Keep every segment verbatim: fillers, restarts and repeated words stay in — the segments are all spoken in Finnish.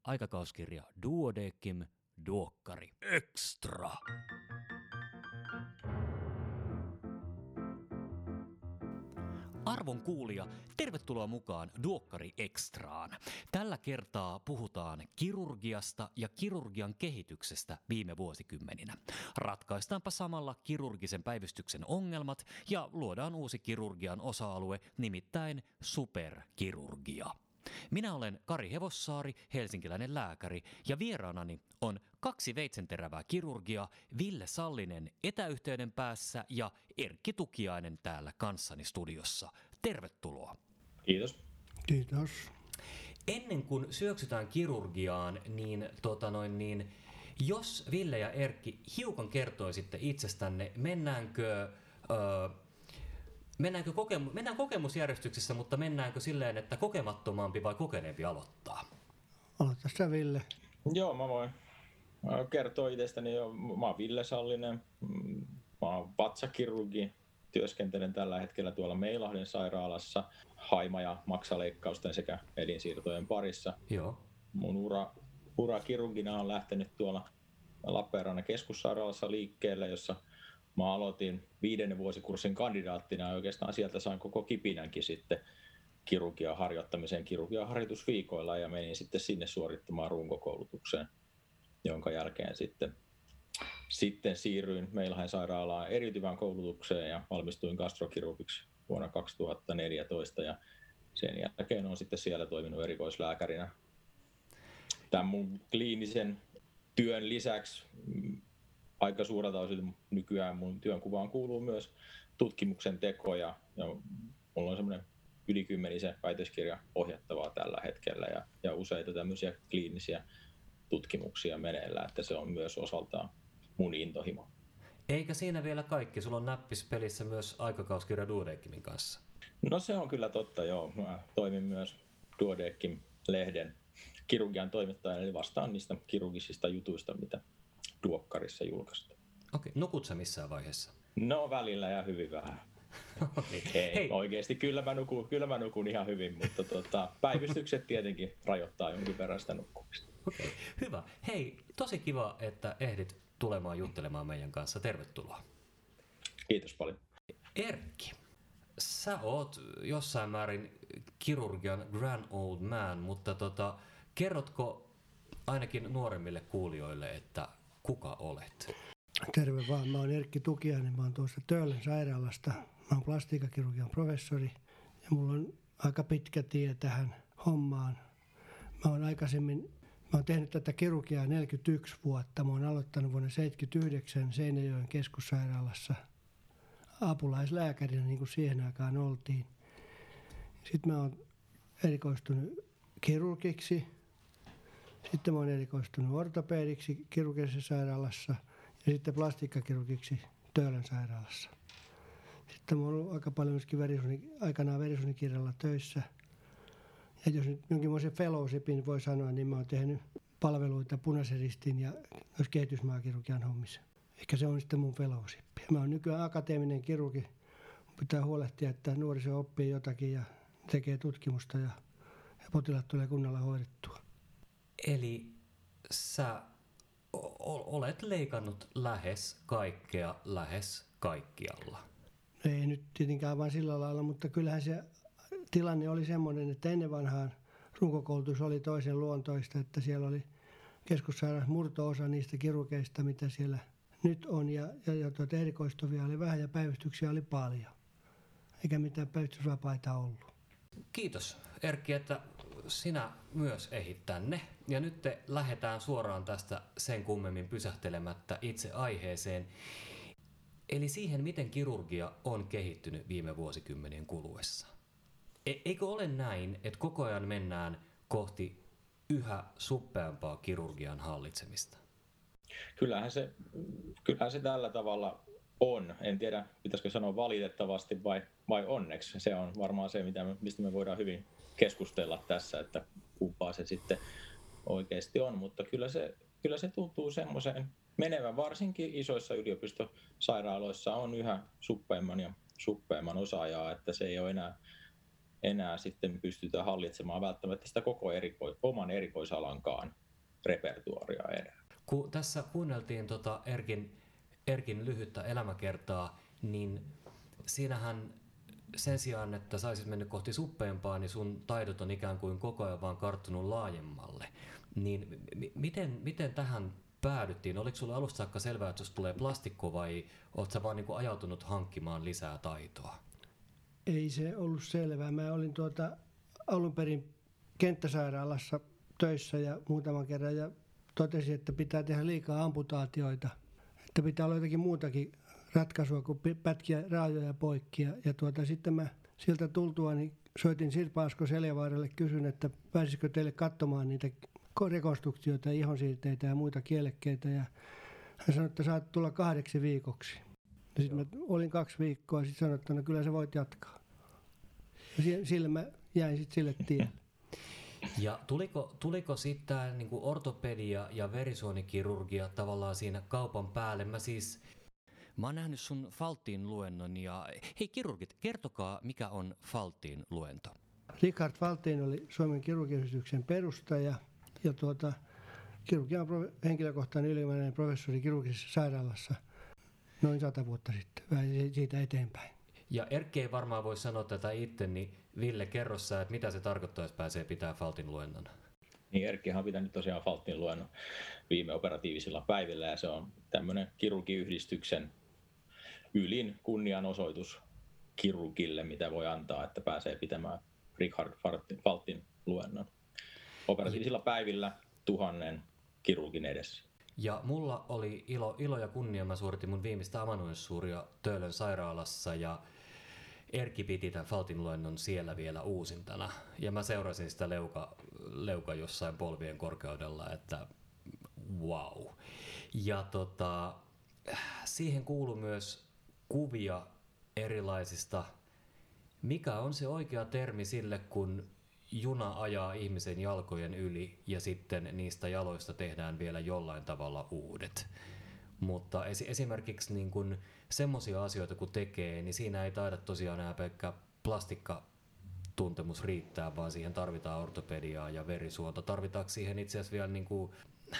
aikakauskirja Duodeckim Duokkari Extra. Arvon kuulija, tervetuloa mukaan Duokkari Extraan. Tällä kertaa puhutaan kirurgiasta ja kirurgian kehityksestä viime vuosikymmeninä. Ratkaistaanpa samalla kirurgisen päivystyksen ongelmat ja luodaan uusi kirurgian osa-alue, nimittäin superkirurgia. Minä olen Kari Hevossaari, helsinkiläinen lääkäri, ja vieraanani on kaksi veitsenterävää kirurgia, Ville Sallinen etäyhteyden päässä ja Erkki Tukiainen täällä kanssani studiossa. Tervetuloa. Kiitos. Kiitos. Ennen kuin syöksytään kirurgiaan, niin, tota noin, niin jos Ville ja Erkki hiukan kertoisitte itsestänne, mennäänkö... Öö, Mennäänkö kokemu- mennään kokemusjärjestyksessä, mutta mennäänkö silleen, että kokemattomampi vai kokeneempi aloittaa? Aloita sä, Ville. Joo, mä voin kertoa itsestäni jo. Mä oon Ville Sallinen. Mä oon vatsakirurgi. Työskentelen tällä hetkellä tuolla Meilahden sairaalassa haima- ja maksaleikkausten sekä elinsiirtojen parissa. Joo. Mun ura, ura kirurgina on lähtenyt tuolla Lappeenrannan keskussairaalassa liikkeelle, jossa mä aloitin viidennen vuosikurssin kandidaattina ja oikeastaan sieltä sain koko kipinänkin sitten kirurgian harjoittamiseen kirurgian harjoitusviikoilla ja menin sitten sinne suorittamaan runkokoulutukseen, jonka jälkeen sitten, sitten siirryin Meilahden sairaalaan eriytyvään koulutukseen ja valmistuin gastrokirurgiksi vuonna kaksituhattaneljätoista ja sen jälkeen olen sitten siellä toiminut erikoislääkärinä. Tämän mun kliinisen työn lisäksi aika suurelta osin nykyään mun työnkuvaan kuuluu myös tutkimuksen teko ja, ja mulla on semmoinen yli kymmenisen väitöskirja ohjattavaa tällä hetkellä ja, ja useita tämmöisiä kliinisiä tutkimuksia meneillään, että se on myös osaltaan mun intohimo. Eikä siinä vielä kaikki, sulla on näppis pelissä myös aikakauskirja Duodeckimin kanssa. No se on kyllä totta, joo. Mä toimin myös Duodeckim-lehden kirurgian toimittajana, eli vastaan niistä kirurgisista jutuista, mitä Duokkarissa julkaistaan. Okei, nukut sä missään vaiheessa? No välillä ja hyvin vähän. Ei, Hei. Oikeasti kyllä mä, nukun, kyllä mä nukun ihan hyvin, mutta tota, päivystykset tietenkin rajoittaa jonkin verran sitä nukkumista. Okei, hyvä. Hei, tosi kiva, että ehdit tulemaan juttelemaan meidän kanssa. Tervetuloa. Kiitos paljon. Erkki, sä oot jossain määrin kirurgian grand old man, mutta tota, kerrotko ainakin nuoremmille kuulijoille, että kuka olet? Terve vaan, mä oon Erkki Tukiainen, mä oon tuosta Töölön sairaalasta. Mä oon plastiikkakirurgian professori ja mulla on aika pitkä tie tähän hommaan. Mä oon aikaisemmin, mä oon tehnyt tätä kirurgiaa neljäkymmentäyksi vuotta. Mä oon aloittanut vuonna seitsemänkymmentäyhdeksän Seinäjoen keskussairaalassa apulaislääkärinä, niin kuin siihen aikaan oltiin. Sitten mä oon erikoistunut kirurgiksi. Sitten mä oon erikoistunut ortopediksi kirurgisessa sairaalassa ja sitten plastiikkakirurgiksi Töölön sairaalassa. Sitten mä oon ollut aika paljon myöskin verisuoni, aikanaan verisuonikirjalla töissä. Ja jos nyt jonkinlaisen fellowshipin voi sanoa, niin mä oon tehnyt palveluita Punaisen Ristin ja myös kehitysmaakirurgian hommissa. Ehkä se on sitten mun fellowship. Mä oon nykyään akateeminen kirurgi. Mun pitää huolehtia, että nuoriso oppii jotakin ja tekee tutkimusta ja, ja potilaat tulee kunnolla hoidettua. Eli sä o- olet leikannut lähes kaikkea lähes kaikkialla. Ei nyt tietenkään vain sillä lailla, mutta kyllähän se tilanne oli semmoinen, että ennen vanhaan runkokoulutus oli toisen luontoista, että siellä oli keskussairaalassa murto-osa niistä kirurgeista, mitä siellä nyt on, ja, ja, ja tuota erikoistuvia oli vähän ja päivystyksiä oli paljon, eikä mitään päivystysvapaita ollut. Kiitos Erkki, että sinä myös ehdit tänne. Ja nyt te lähdetään suoraan tästä sen kummemmin pysähtelemättä itse aiheeseen. Eli siihen, miten kirurgia on kehittynyt viime vuosikymmenien kuluessa. E- eikö ole näin, että koko ajan mennään kohti yhä suppeampaa kirurgian hallitsemista? Kyllähän se, kyllähän se tällä tavalla on. En tiedä, pitäisikö sanoa valitettavasti vai, vai onneksi. Se on varmaan se, mitä me, mistä me voidaan hyvin keskustella tässä, että kumpaa se sitten oikeasti on. Mutta kyllä se, kyllä se tuntuu semmoiseen menevän, varsinkin isoissa yliopistosairaaloissa on yhä suppeimman ja suppeimman osaajaa, että se ei ole enää enää sitten pystytä hallitsemaan välttämättä sitä koko eriko- oman erikoisalankaan repertuaria enää. Kun tässä kuunneltiin tota Erkin, Erkin lyhyttä elämäkertaa, niin siinähän sen sijaan, että saisit mennä kohti suppeampaa, niin sun taidot on ikään kuin koko ajan vaan karttunut laajemmalle. Niin m- miten, miten tähän päädyttiin? Oliko sulla alusta saakka selvää, että susta tulee plastikko vai oletko sä vaan niin kuin ajautunut hankkimaan lisää taitoa? Ei se ollut selvää. Mä olin tuota alun perin kenttäsairaalassa töissä ja muutaman kerran ja totesin, että pitää tehdä liikaa amputaatioita. Että pitää olla jotakin muutakin ratkaisua kuin pätkiä raajoja poikki. Ja, ja tuota, sitten mä sieltä tultua niin soitin Sirpa Asko Seljavaaralle, kysyn, että pääsisikö teille katsomaan niitä rekonstruktioita, ihonsiirteitä ja muita kielekkeitä. Ja hän sanoi, että saat tulla kahdeksi viikoksi. Ja sitten mä olin kaksi viikkoa ja sitten sanoin, että no kyllä sä voit jatkaa. Ja sillä mä jäin sitten sille tielle. Ja tuliko, tuliko sitten niin kuin ortopedia ja verisuonikirurgia tavallaan siinä kaupan päälle? Mä siis... Mä oon nähnyt sun Faltin luennon ja hei kirurgit, kertokaa mikä on Faltin luento. Richard Faltin oli Suomen kirurgiayhdistyksen perustaja ja tuota, kirurgian henkilökohtainen ylimääräinen professori kirurgisessa sairaalassa noin sata vuotta sitten, vai siitä eteenpäin. Ja Erkki ei varmaan voi sanoa tätä itse, niin Ville, kerro sä, että mitä se tarkoittaa, jos pääsee pitää Faltin luennon? Niin Erkkihan on pitänyt tosiaan Faltin luennon viime operatiivisilla päivillä ja se on tämmöinen kirurgiyhdistyksen ylin kunnianosoitus kirurgille, mitä voi antaa, että pääsee pitämään Richard Faltin luennon operatiivisilla päivillä tuhannen kirurgin edessä. Ja mulla oli ilo, ilo ja kunnia, mä suoritin mun viimeistä amanuenssuuria Töölön sairaalassa ja Erkki piti tämän Faltin luennon siellä vielä uusintana. Ja mä seurasin sitä leuka, leuka jossain polvien korkeudella, että wow. Ja tota, siihen kuului myös kuvia erilaisista, mikä on se oikea termi sille, kun juna ajaa ihmisen jalkojen yli ja sitten niistä jaloista tehdään vielä jollain tavalla uudet. Mutta esimerkiksi niin kun semmoisia asioita kun tekee, niin siinä ei taida tosiaan enää pelkkä plastikkatuntemus riittää, vaan siihen tarvitaan ortopediaa ja verisuonta. Tarvitaanko siihen itse asiassa vielä niin kuin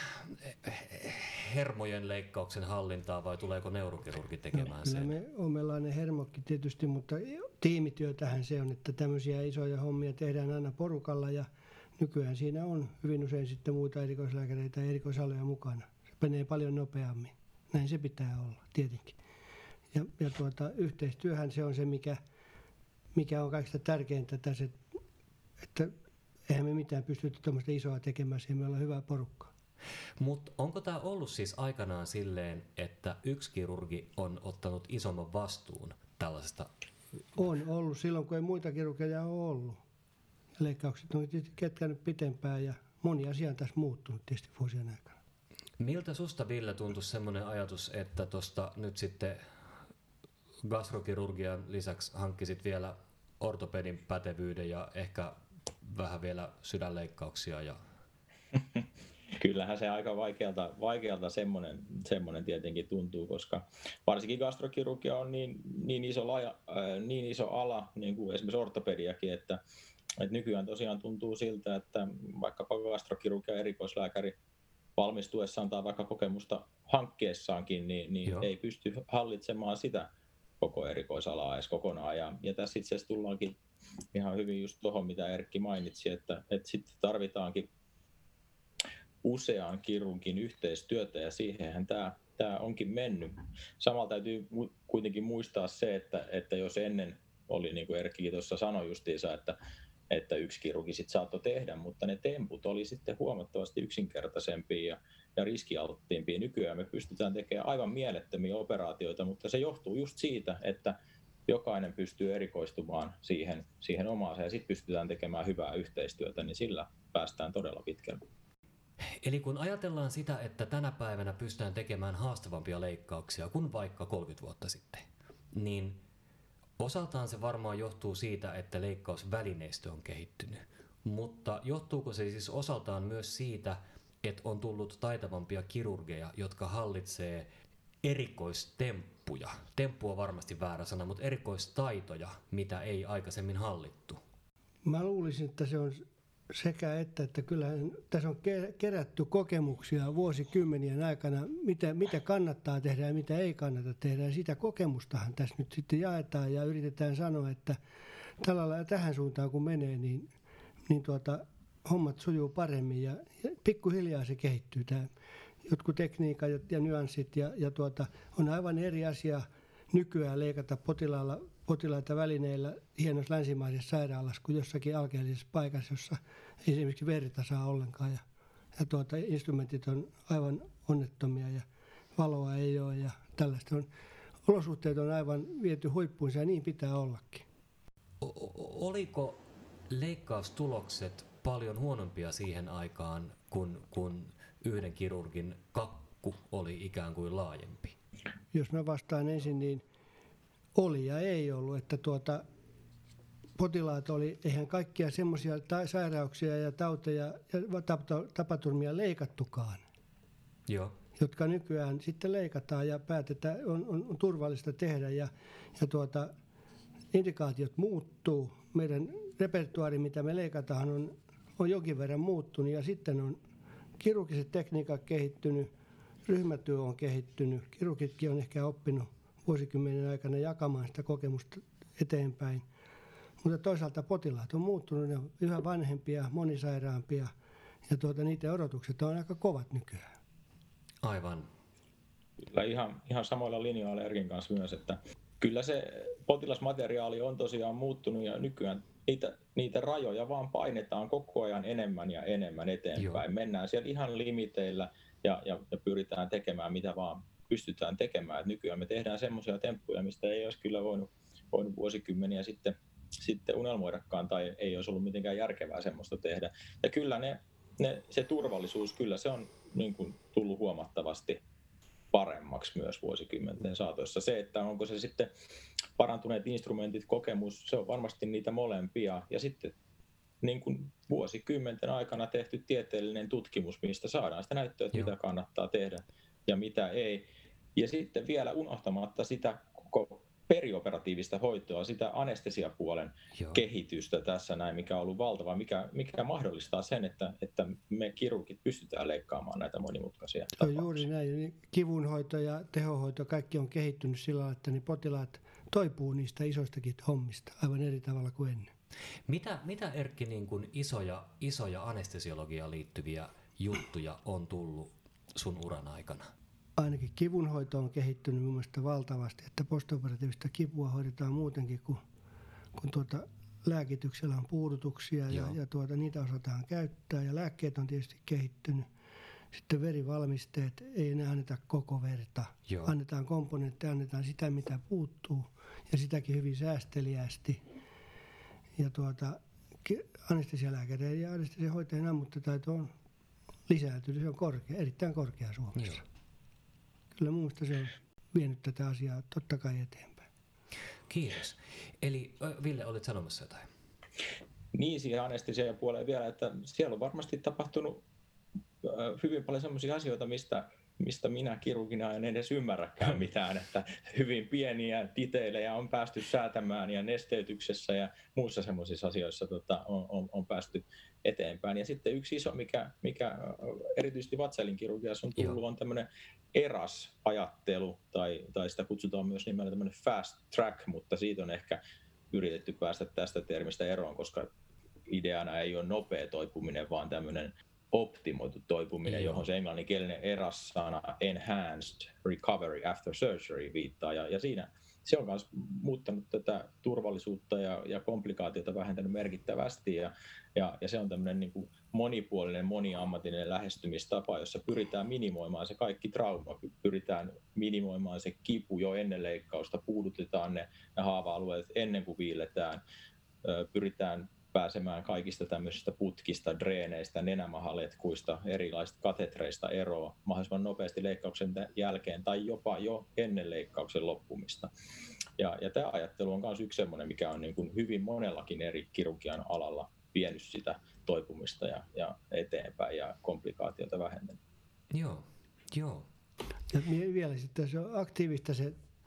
hermojen leikkauksen hallintaa vai tuleeko neurokirurgi tekemään no, sen? Me omellainen hermokki tietysti, mutta tiimityötähän se on, että tämmöisiä isoja hommia tehdään aina porukalla ja nykyään siinä on hyvin usein sitten muita erikoislääkäreitä ja erikoisaloja mukana. Se menee paljon nopeammin. Näin se pitää olla, tietenkin. Ja, ja tuota, yhteistyöhän se on se, mikä, mikä on kaikista tärkeintä tässä, että eihän me mitään pystytty tuommoista isoa tekemään, siihen me ollaan hyvä porukka. Mutta onko tämä ollut siis aikanaan silleen, että yksi kirurgi on ottanut isomman vastuun tällaisesta? On ollut silloin, kun ei muita kirurgeja ole ollut. Ja leikkaukset on tietysti ketkänyt pitempään ja moni asia on tässä muuttunut tietysti vuosien aikana. Miltä susta, Ville, tuntui semmoinen ajatus, että tuosta nyt sitten gastrokirurgian lisäksi hankkisit vielä ortopedin pätevyyden ja ehkä vähän vielä sydänleikkauksia? Ja... Kyllähän se aika vaikealta, vaikealta semmoinen, semmoinen tietenkin tuntuu, koska varsinkin gastrokirurgia on niin, niin, iso, laja, äh, niin iso ala, niin kuin esimerkiksi ortopediakin, että, että nykyään tosiaan tuntuu siltä, että vaikkapa gastrokirurgia erikoislääkäri valmistuessaan tai vaikka kokemusta hankkeessaankin, niin, niin ei pysty hallitsemaan sitä koko erikoisalaa edes kokonaan. Ja, ja tässä itse asiassa tullaankin ihan hyvin just tuohon, mitä Erkki mainitsi, että, että sitten tarvitaankin usean kirurgin yhteistyötä ja siihenhän tämä, tämä onkin mennyt. Samalla täytyy kuitenkin muistaa se, että, että jos ennen oli, niin kuin Erkkikin tuossa sanoi justiinsa, että, että yksi kirurgi sitten saattoi tehdä, mutta ne temput oli sitten huomattavasti yksinkertaisempia ja, ja riskialttiimpia. Nykyään me pystytään tekemään aivan mielettömiä operaatioita, mutta se johtuu just siitä, että jokainen pystyy erikoistumaan siihen, siihen omaansa ja sitten pystytään tekemään hyvää yhteistyötä, niin sillä päästään todella pitkälle. Eli kun ajatellaan sitä, että tänä päivänä pystytään tekemään haastavampia leikkauksia kuin vaikka kolmekymmentä vuotta sitten, niin osaltaan se varmaan johtuu siitä, että leikkausvälineistö on kehittynyt. Mutta johtuuko se siis osaltaan myös siitä, että on tullut taitavampia kirurgeja, jotka hallitsee erikoistemppuja? Temppu on varmasti väärä sana, mutta erikoistaitoja, mitä ei aikaisemmin hallittu. Mä luulisin, että se on sekä että, että kyllähän tässä on kerätty kokemuksia vuosikymmenien aikana, mitä, mitä kannattaa tehdä ja mitä ei kannata tehdä. Ja sitä kokemustahan tässä nyt sitten jaetaan ja yritetään sanoa, että tällä lailla tähän suuntaan kun menee, niin, niin tuota, hommat sujuu paremmin ja, ja pikkuhiljaa se kehittyy. Tämä jotkut tekniikat ja, ja nyanssit ja, ja tuota, on aivan eri asia nykyään leikata potilailla, potilaita välineillä hienossa länsimaisessa sairaalassa kuin jossakin alkeellisessa paikassa, jossa ei esimerkiksi verta saa ollenkaan. Ja, ja tuota, instrumentit on aivan onnettomia ja valoa ei ole ja tällaista. On, olosuhteet on aivan viety huippuunsa ja niin pitää ollakin. O- oliko leikkaustulokset paljon huonompia siihen aikaan, kun, kun yhden kirurgin kakku oli ikään kuin laajempi? Jos mä vastaan ensin, niin oli ja ei ollut, että tuota, potilaat oli, eihän kaikkia semmoisia ta- sairauksia ja tauteja ja tapaturmia leikattukaan, Joo. jotka nykyään sitten leikataan ja päätetään, on, on, on turvallista tehdä ja, ja tuota, indikaatiot muuttuu. Meidän repertuaari, mitä me leikataan, on, on jonkin verran muuttunut ja sitten on kirurgiset tekniikat kehittynyt, ryhmätyö on kehittynyt, kirurgitkin on ehkä oppinut vuosikymmenen aikana jakamaan sitä kokemusta eteenpäin. Mutta toisaalta potilaat on muuttunut, ne on yhä vanhempia, monisairaampia ja tuota, niiden odotukset on aika kovat nykyään. Aivan. Kyllä ihan, ihan samoilla linjoilla Erkin kanssa myös, että kyllä se potilasmateriaali on tosiaan muuttunut ja nykyään niitä, niitä rajoja vaan painetaan koko ajan enemmän ja enemmän eteenpäin. Joo. Mennään siellä ihan limiteillä ja, ja, ja pyritään tekemään mitä vaan pystytään tekemään. Et nykyään me tehdään semmoisia temppuja, mistä ei olisi kyllä voinut, voinut vuosikymmeniä sitten, sitten unelmoidakaan tai ei olisi ollut mitenkään järkevää semmoista tehdä. Ja kyllä ne, ne, se turvallisuus, kyllä se on niin kuin tullut huomattavasti paremmaksi myös vuosikymmenten saatossa. Se, että onko se sitten parantuneet instrumentit, kokemus, se on varmasti niitä molempia. Ja sitten niin kuin vuosikymmenten aikana tehty tieteellinen tutkimus, mistä saadaan sitä näyttöä, että mitä kannattaa tehdä ja mitä ei. Ja sitten vielä unohtamatta sitä koko perioperatiivista hoitoa, sitä anestesiapuolen Joo. kehitystä tässä näin, mikä on ollut valtava, mikä, mikä mahdollistaa sen, että, että me kirurgit pystytään leikkaamaan näitä monimutkaisia tapauksia. Juuri näin. Kivunhoito ja tehohoito, kaikki on kehittynyt sillä tavalla, että niin potilaat toipuu niistä isoistakin hommista aivan eri tavalla kuin ennen. Mitä, mitä Erkki niin kuin isoja, isoja anestesiologiaan liittyviä juttuja on tullut sun uran aikana? Ainakin kivunhoito on kehittynyt mun mielestä valtavasti, että postoperatiivista kipua hoidetaan muutenkin kuin, kun tuota, lääkityksellä on puudutuksia ja, ja tuota, niitä osataan käyttää ja lääkkeet on tietysti kehittynyt. Sitten verivalmisteet, ei enää anneta koko verta, Joo. annetaan komponentteja, annetaan sitä mitä puuttuu ja sitäkin hyvin säästeliäästi. Ja tuota, anestesialääkäreiden ja anestesiahoitajien ammattitaito on lisääntynyt, se on korkea, erittäin korkea Suomessa. Joo. Kyllä mun mielestä se on vienyt tätä asiaa totta kai eteenpäin. Kiitos. Eli Ville, olit sanomassa jotain? Niin, siihen anestesian puoleen vielä, että siellä on varmasti tapahtunut hyvin paljon sellaisia asioita, mistä, mistä minä kirurgina en edes ymmärräkään mitään, että hyvin pieniä detailejä on päästy säätämään ja nesteytyksessä ja muissa semmoisissa asioissa tota, on, on, on päästy eteenpäin. Ja sitten yksi iso, mikä, mikä erityisesti vatsaelinkirurgiassa on tullut, Joo. on tämmöinen eras-ajattelu, tai, tai sitä kutsutaan myös nimellä tämmöinen fast track, mutta siitä on ehkä yritetty päästä tästä termistä eroon, koska ideana ei ole nopea toipuminen, vaan tämmöinen optimoitu toipuminen, Joo. johon se englanninkielinen eras-sana enhanced recovery after surgery viittaa. Ja, ja siinä se on myös muuttanut tätä turvallisuutta ja, ja komplikaatiota vähentänyt merkittävästi. Ja, ja, ja se on tämmöinen niin kuin monipuolinen, moniammatillinen lähestymistapa, jossa pyritään minimoimaan se kaikki trauma, pyritään minimoimaan se kipu jo ennen leikkausta, puudutetaan ne, ne haava-alueet ennen kuin viiletään, pyritään pääsemään kaikista tämmöisistä putkista, dreeneistä, nenämahaletkuista, erilaisista katetreista eroon mahdollisimman nopeasti leikkauksen jälkeen tai jopa jo ennen leikkauksen loppumista. Ja, ja tämä ajattelu on myös yksi semmoinen, mikä on niin kuin hyvin monellakin eri kirurgian alalla vienyt sitä toipumista ja, ja eteenpäin ja komplikaatioita vähentänyt. Joo, joo. Ja vielä sitten se on aktiivista se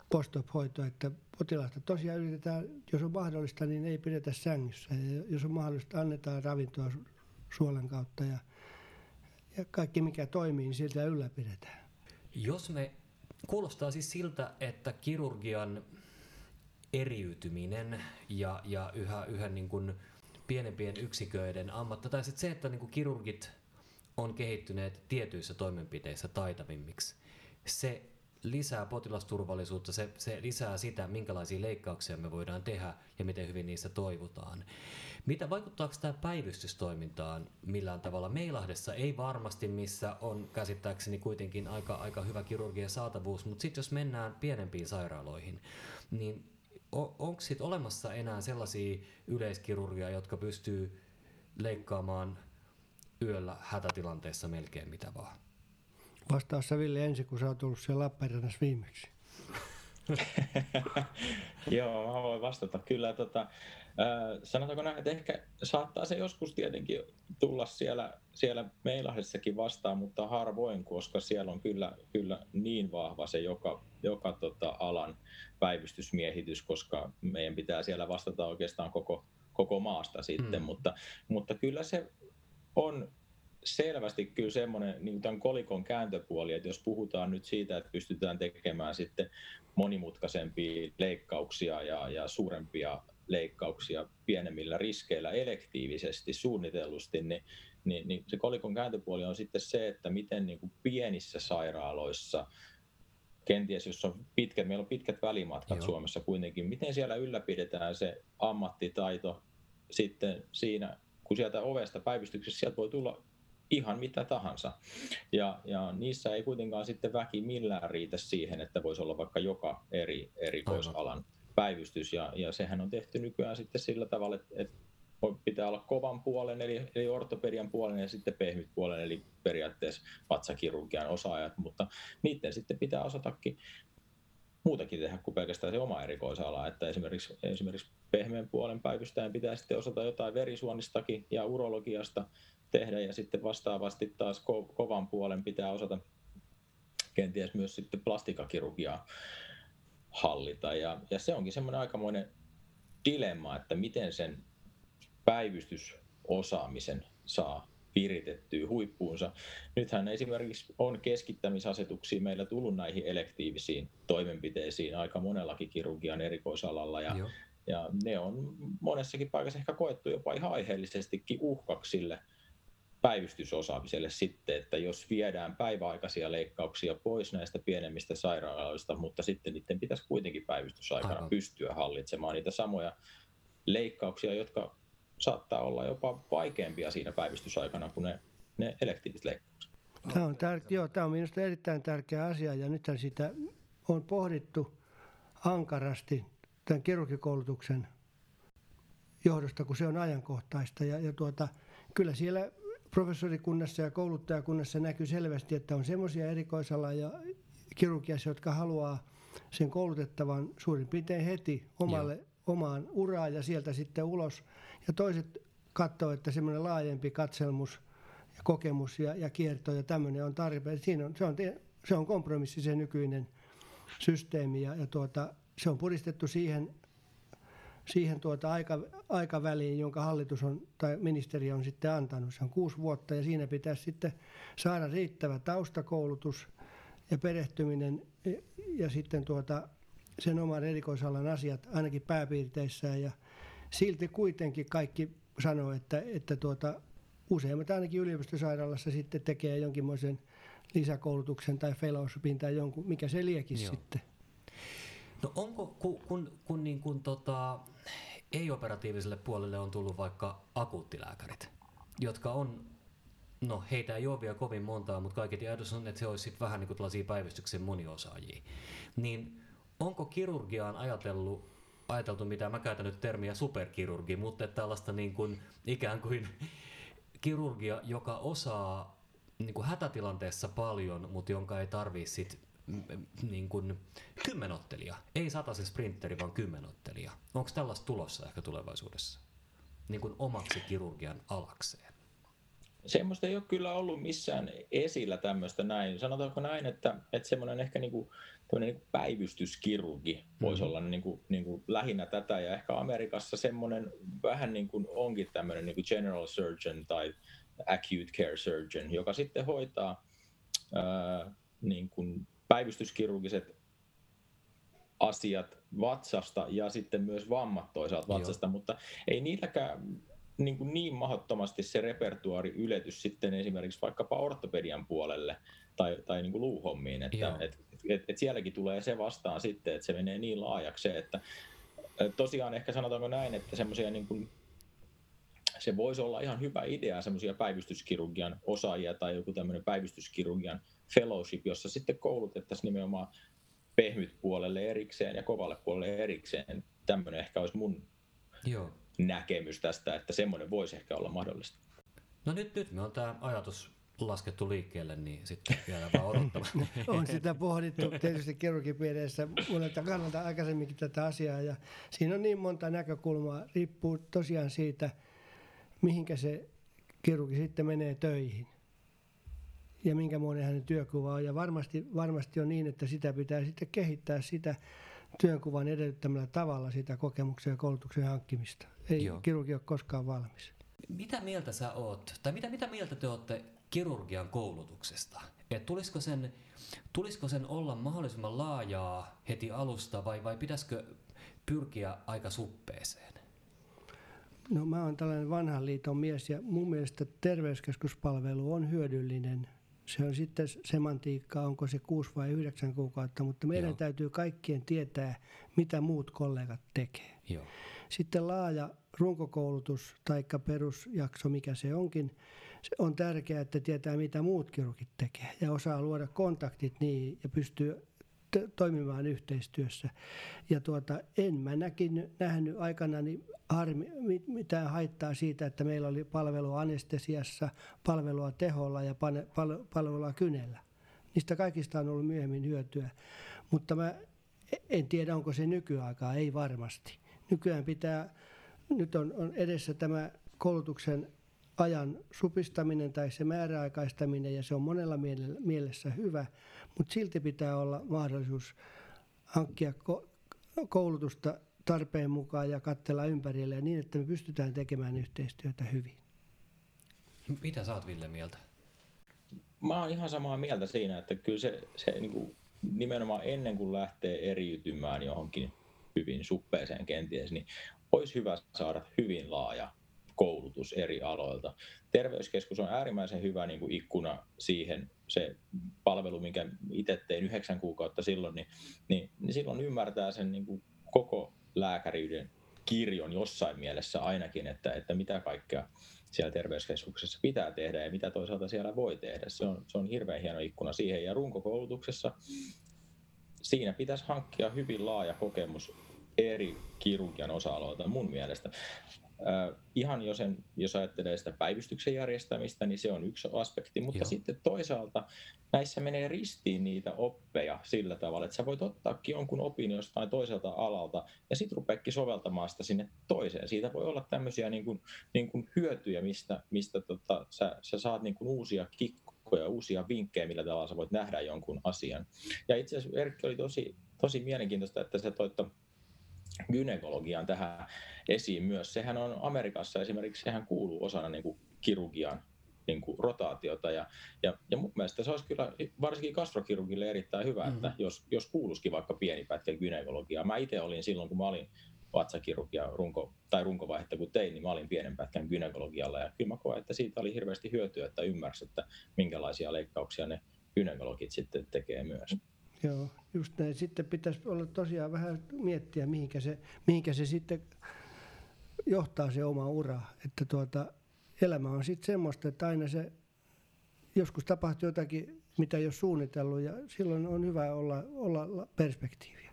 post-op-hoito, että potilasta tosiaan yritetään, jos on mahdollista, niin ei pidetä sängyssä. Ja jos on mahdollista, annetaan ravintoa suolen kautta ja, ja kaikki mikä toimii, niin siltä ylläpidetään. Jos me, kuulostaa siis siltä, että kirurgian eriytyminen ja, ja yhä, yhä niin kuin pienempien yksiköiden ammatti, tai se, että niin kuin kirurgit on kehittyneet tietyissä toimenpiteissä taitavimmiksi, se lisää potilasturvallisuutta, se, se lisää sitä, minkälaisia leikkauksia me voidaan tehdä ja miten hyvin niistä toivutaan. Mitä vaikuttaako tämä päivystystoimintaan millään tavalla? Meilahdessa ei varmasti, missä on käsittääkseni kuitenkin aika, aika hyvä kirurgian saatavuus, mutta sitten jos mennään pienempiin sairaaloihin, niin onko sitten olemassa enää sellaisia yleiskirurgia, jotka pystyy leikkaamaan yöllä hätätilanteessa melkein mitä vaan? Vastaassa Ville ensin, kun sä oot ollut siellä Lappeenrannassa viimeksi. Joo, mä voin vastata. Kyllä, tota, äh, sanotaanko näin, että ehkä saattaa se joskus tietenkin tulla siellä, siellä Meilahdessakin vastaan, mutta harvoin, koska siellä on kyllä, kyllä niin vahva se joka, joka tota, alan päivystysmiehitys, koska meidän pitää siellä vastata oikeastaan koko, koko maasta sitten, mm. mutta, mutta kyllä se on selvästi kyllä semmoinen niin tämän kolikon kääntöpuoli, että jos puhutaan nyt siitä, että pystytään tekemään sitten monimutkaisempia leikkauksia ja, ja suurempia leikkauksia pienemmillä riskeillä elektiivisesti, suunnitellusti, niin, niin, niin se kolikon kääntöpuoli on sitten se, että miten niin kuin pienissä sairaaloissa, kenties jos on pitkät, meillä on pitkät välimatkat Joo. Suomessa kuitenkin, miten siellä ylläpidetään se ammattitaito sitten siinä, kun sieltä ovesta päivystyksessä sieltä voi tulla ihan mitä tahansa. Ja, ja niissä ei kuitenkaan sitten väki millään riitä siihen, että voisi olla vaikka joka eri erikoisalan Aivan. päivystys. Ja, ja sehän on tehty nykyään sitten sillä tavalla, että, että pitää olla kovan puolen, eli, eli ortopedian puolen ja sitten pehmyt puolen, eli periaatteessa vatsakirurgian osaajat, mutta niiden sitten pitää osatakin muutakin tehdä kuin pelkästään se oma erikoisala, että esimerkiksi, esimerkiksi pehmeän puolen päivystäjän pitää sitten osata jotain verisuonistakin ja urologiasta tehdä, ja sitten vastaavasti taas ko- kovan puolen pitää osata kenties myös sitten plastikakirurgiaa hallita, ja, ja se onkin semmoinen aikamoinen dilemma, että miten sen päivystysosaamisen saa viritettyä huippuunsa. Nythän esimerkiksi on keskittämisasetuksia meillä tullut näihin elektiivisiin toimenpiteisiin aika monellakin kirurgian erikoisalalla, ja, ja ne on monessakin paikassa ehkä koettu jopa ihan aiheellisestikin uhkaksi sille päivystysosaamiselle sitten, että jos viedään päiväaikaisia leikkauksia pois näistä pienemmistä sairaaloista, mutta sitten niiden pitäisi kuitenkin päivystysaikana Aivan. pystyä hallitsemaan niitä samoja leikkauksia, jotka saattaa olla jopa vaikeampia siinä päivystysaikana kuin ne, ne elektiiviset leikkaukset. Tämä on, tär- joo, tämä on minusta erittäin tärkeä asia, ja nythän sitä on pohdittu ankarasti tämän kirurgikoulutuksen johdosta, kun se on ajankohtaista. Ja, ja tuota, kyllä siellä professorikunnassa ja kouluttajakunnassa näkyy selvästi, että on semmoisia erikoisala- ja kirurgiassa, jotka haluaa sen koulutettavan suurin piirtein heti omalle, Joo. omaan uraan ja sieltä sitten ulos. Ja toiset katsoo, että semmoinen laajempi katselmus ja kokemus ja, ja kierto ja tämmöinen on tarpeen. Siinä on, se, on, se on kompromissi se nykyinen systeemi, ja, ja tuota, se on puristettu siihen, siihen tuota aika, aikaväliin, jonka hallitus on, tai ministeri on sitten antanut. Se on kuusi vuotta, ja siinä pitäisi sitten saada riittävä taustakoulutus ja perehtyminen ja, ja sitten tuota, sen oman erikoisalan asiat ainakin pääpiirteissään, ja silti kuitenkin kaikki sanoo, että, että tuota, useimmat ainakin yliopistosairaalassa sitten tekee jonkinmoisen lisäkoulutuksen tai fellowshipin tai jonkun, mikä se liekisi Joo. sitten. No onko, kun, kun, kun niin kun tota, ei-operatiiviselle puolelle on tullut vaikka akuuttilääkärit, jotka on, no heitä ei ole vielä kovin montaa, mutta kaiketi ajatus on, että se olisi sitten vähän niin kuin tällaisia päivystyksen moniosaajia, niin onko kirurgiaan ajatellut, ajateltu, mitä mä käytän nyt termiä superkirurgi, mutta tällaista niin kuin, ikään kuin kirurgia, joka osaa niin kuin hätätilanteessa paljon, mutta jonka ei tarvitse sit niin kuin kymmenottelija, ei sataisen sprinteri, vaan kymmenottelija. Onko tällaista tulossa ehkä tulevaisuudessa niin kuin omaksi kirurgian alakseen? semmoista ei ole kyllä ollut missään esillä tämmöistä näin. Sanotaanko näin, että, että semmoinen ehkä niin kuin, niin kuin päivystyskirurgi voisi mm-hmm. olla niin kuin, niin kuin lähinnä tätä. Ja ehkä Amerikassa semmoinen vähän niin kuin onkin tämmöinen niin kuin general surgeon tai acute care surgeon, joka sitten hoitaa ää, niin kuin päivystyskirurgiset asiat vatsasta ja sitten myös vammat toisaalta vatsasta, Joo. mutta ei niilläkään niin, kuin niin mahdottomasti se repertuaari yletys sitten esimerkiksi vaikkapa ortopedian puolelle tai, tai niin kuin luuhommiin, että et, et, et sielläkin tulee se vastaan sitten, että se menee niin laajaksi, että tosiaan ehkä sanotaanko näin, että semmoisia niin kuin, se voisi olla ihan hyvä idea semmoisia päivystyskirurgian osaajia tai joku tämmöinen päivystyskirurgian fellowship, jossa sitten koulutettaisiin nimenomaan pehmyt puolelle erikseen ja kovalle puolelle erikseen. Tämmöinen ehkä olisi mun Joo. näkemys tästä, että semmoinen voisi ehkä olla mahdollista. No nyt, nyt me on tämä ajatus laskettu liikkeelle, niin sitten jäädään vaan odottamaan. On sitä pohdittu tietysti kirurgipiireissä monelta kannalta aikaisemminkin tätä asiaa, ja siinä on niin monta näkökulmaa, riippuu tosiaan siitä, mihinkä se kirurgi sitten menee töihin ja minkä muoinen hänen työkuva on. Ja varmasti, varmasti on niin, että sitä pitää sitten kehittää sitä työnkuvan edellyttämällä tavalla sitä kokemuksen ja koulutuksen hankkimista. Ei Joo. kirurgi ole koskaan valmis. Mitä mieltä sä oot, tai mitä, mitä mieltä te olette kirurgian koulutuksesta? Et tulisiko, sen, tulisiko sen olla mahdollisimman laajaa heti alusta vai, vai pitäisikö pyrkiä aika suppeeseen? No mä oon tällainen vanhan liiton mies ja mun mielestä terveyskeskuspalvelu on hyödyllinen. Se on sitten semantiikkaa, onko se kuusi vai yhdeksän kuukautta, mutta meidän Joo. täytyy kaikkien tietää, mitä muut kollegat tekee. Joo. Sitten laaja runkokoulutus tai perusjakso, mikä se onkin, se on tärkeää, että tietää, mitä muut kirurgit tekee ja osaa luoda kontaktit niihin ja pystyy t- toimimaan yhteistyössä. Ja tuota, en mä näkin, nähnyt aikanani harmi, mitään haittaa siitä, että meillä oli palvelua anestesiassa, palvelua teholla ja pane, pal, palvelua kynellä. Niistä kaikista on ollut myöhemmin hyötyä, mutta mä en tiedä, onko se nykyaikaa, ei varmasti. Nykyään pitää, nyt on, on edessä tämä koulutuksen ajan supistaminen tai se määräaikaistaminen, ja se on monella mielessä hyvä, mutta silti pitää olla mahdollisuus hankkia ko- koulutusta tarpeen mukaan ja katsella ympärille niin, että me pystytään tekemään yhteistyötä hyvin. Mitä sä oot, Ville, mieltä? Mä oon ihan samaa mieltä siinä, että kyllä se, se niin kuin nimenomaan ennen kuin lähtee eriytymään johonkin hyvin suppeeseen kenties, niin olisi hyvä saada hyvin laaja koulutus eri aloilta. Terveyskeskus on äärimmäisen hyvä niin kuin ikkuna siihen, se palvelu, minkä itse tein yhdeksän kuukautta silloin, niin, niin, niin silloin ymmärtää sen niin kuin koko lääkäriyden kirjon jossain mielessä ainakin, että, että mitä kaikkea siellä terveyskeskuksessa pitää tehdä ja mitä toisaalta siellä voi tehdä. Se on, se on hirveän hieno ikkuna siihen. Ja runkokoulutuksessa siinä pitäisi hankkia hyvin laaja kokemus eri kirurgian osa-aloilta mun mielestä. Äh, ihan jo sen, jos ajattelee sitä päivystyksen järjestämistä, niin se on yksi aspekti, mutta Joo. sitten toisaalta näissä menee ristiin niitä oppeja sillä tavalla, että sä voit ottaakin jonkun opin jostain toiselta alalta ja sitten rupeakin soveltamaan sitä sinne toiseen. Siitä voi olla tämmöisiä niin kuin, niin kuin hyötyjä, mistä, mistä tota, sä, sä saat niin kuin uusia kikkoja, uusia vinkkejä, millä tavalla sä voit nähdä jonkun asian. Ja itse asiassa Erkki oli tosi, tosi mielenkiintoista, että sä toit gynekologiaan tähän esiin myös. Sehän on Amerikassa esimerkiksi, sehän kuuluu osana niin kuin kirurgian niin kuin rotaatiota ja, ja, ja mun mielestä se olisi kyllä varsinkin gastrokirurgille erittäin hyvä, mm-hmm. että jos, jos kuuluisikin vaikka pieni pätkä gynekologiaa. Mä itse olin silloin, kun mä olin vatsakirurgia runko, tai runkovaihetta kun tein, niin mä olin pienen pätkän gynekologialla ja kyllä mä koen, että siitä oli hirveästi hyötyä, että ymmärsi, että minkälaisia leikkauksia ne gynekologit sitten tekee myös. Joo, just näin. Sitten pitäisi olla tosiaan vähän miettiä, mihinkä se, mihinkä se sitten johtaa se oma ura. Että tuota, elämä on sitten semmoista, että aina se joskus tapahtuu jotakin, mitä ei ole suunnitellut, ja silloin on hyvä olla, olla perspektiiviä.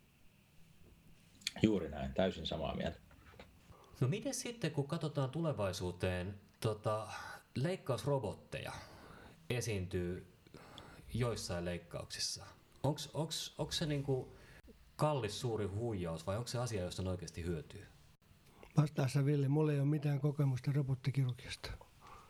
Juuri näin, täysin samaa mieltä. No miten sitten, kun katsotaan tulevaisuuteen, tota, leikkausrobotteja esiintyy joissain leikkauksissa. Onko se niinku kallis suuri huijaus vai onko se asia, josta on oikeasti hyötyä? Vastaassa Ville, mulla ei ole mitään kokemusta robottikirurgiasta.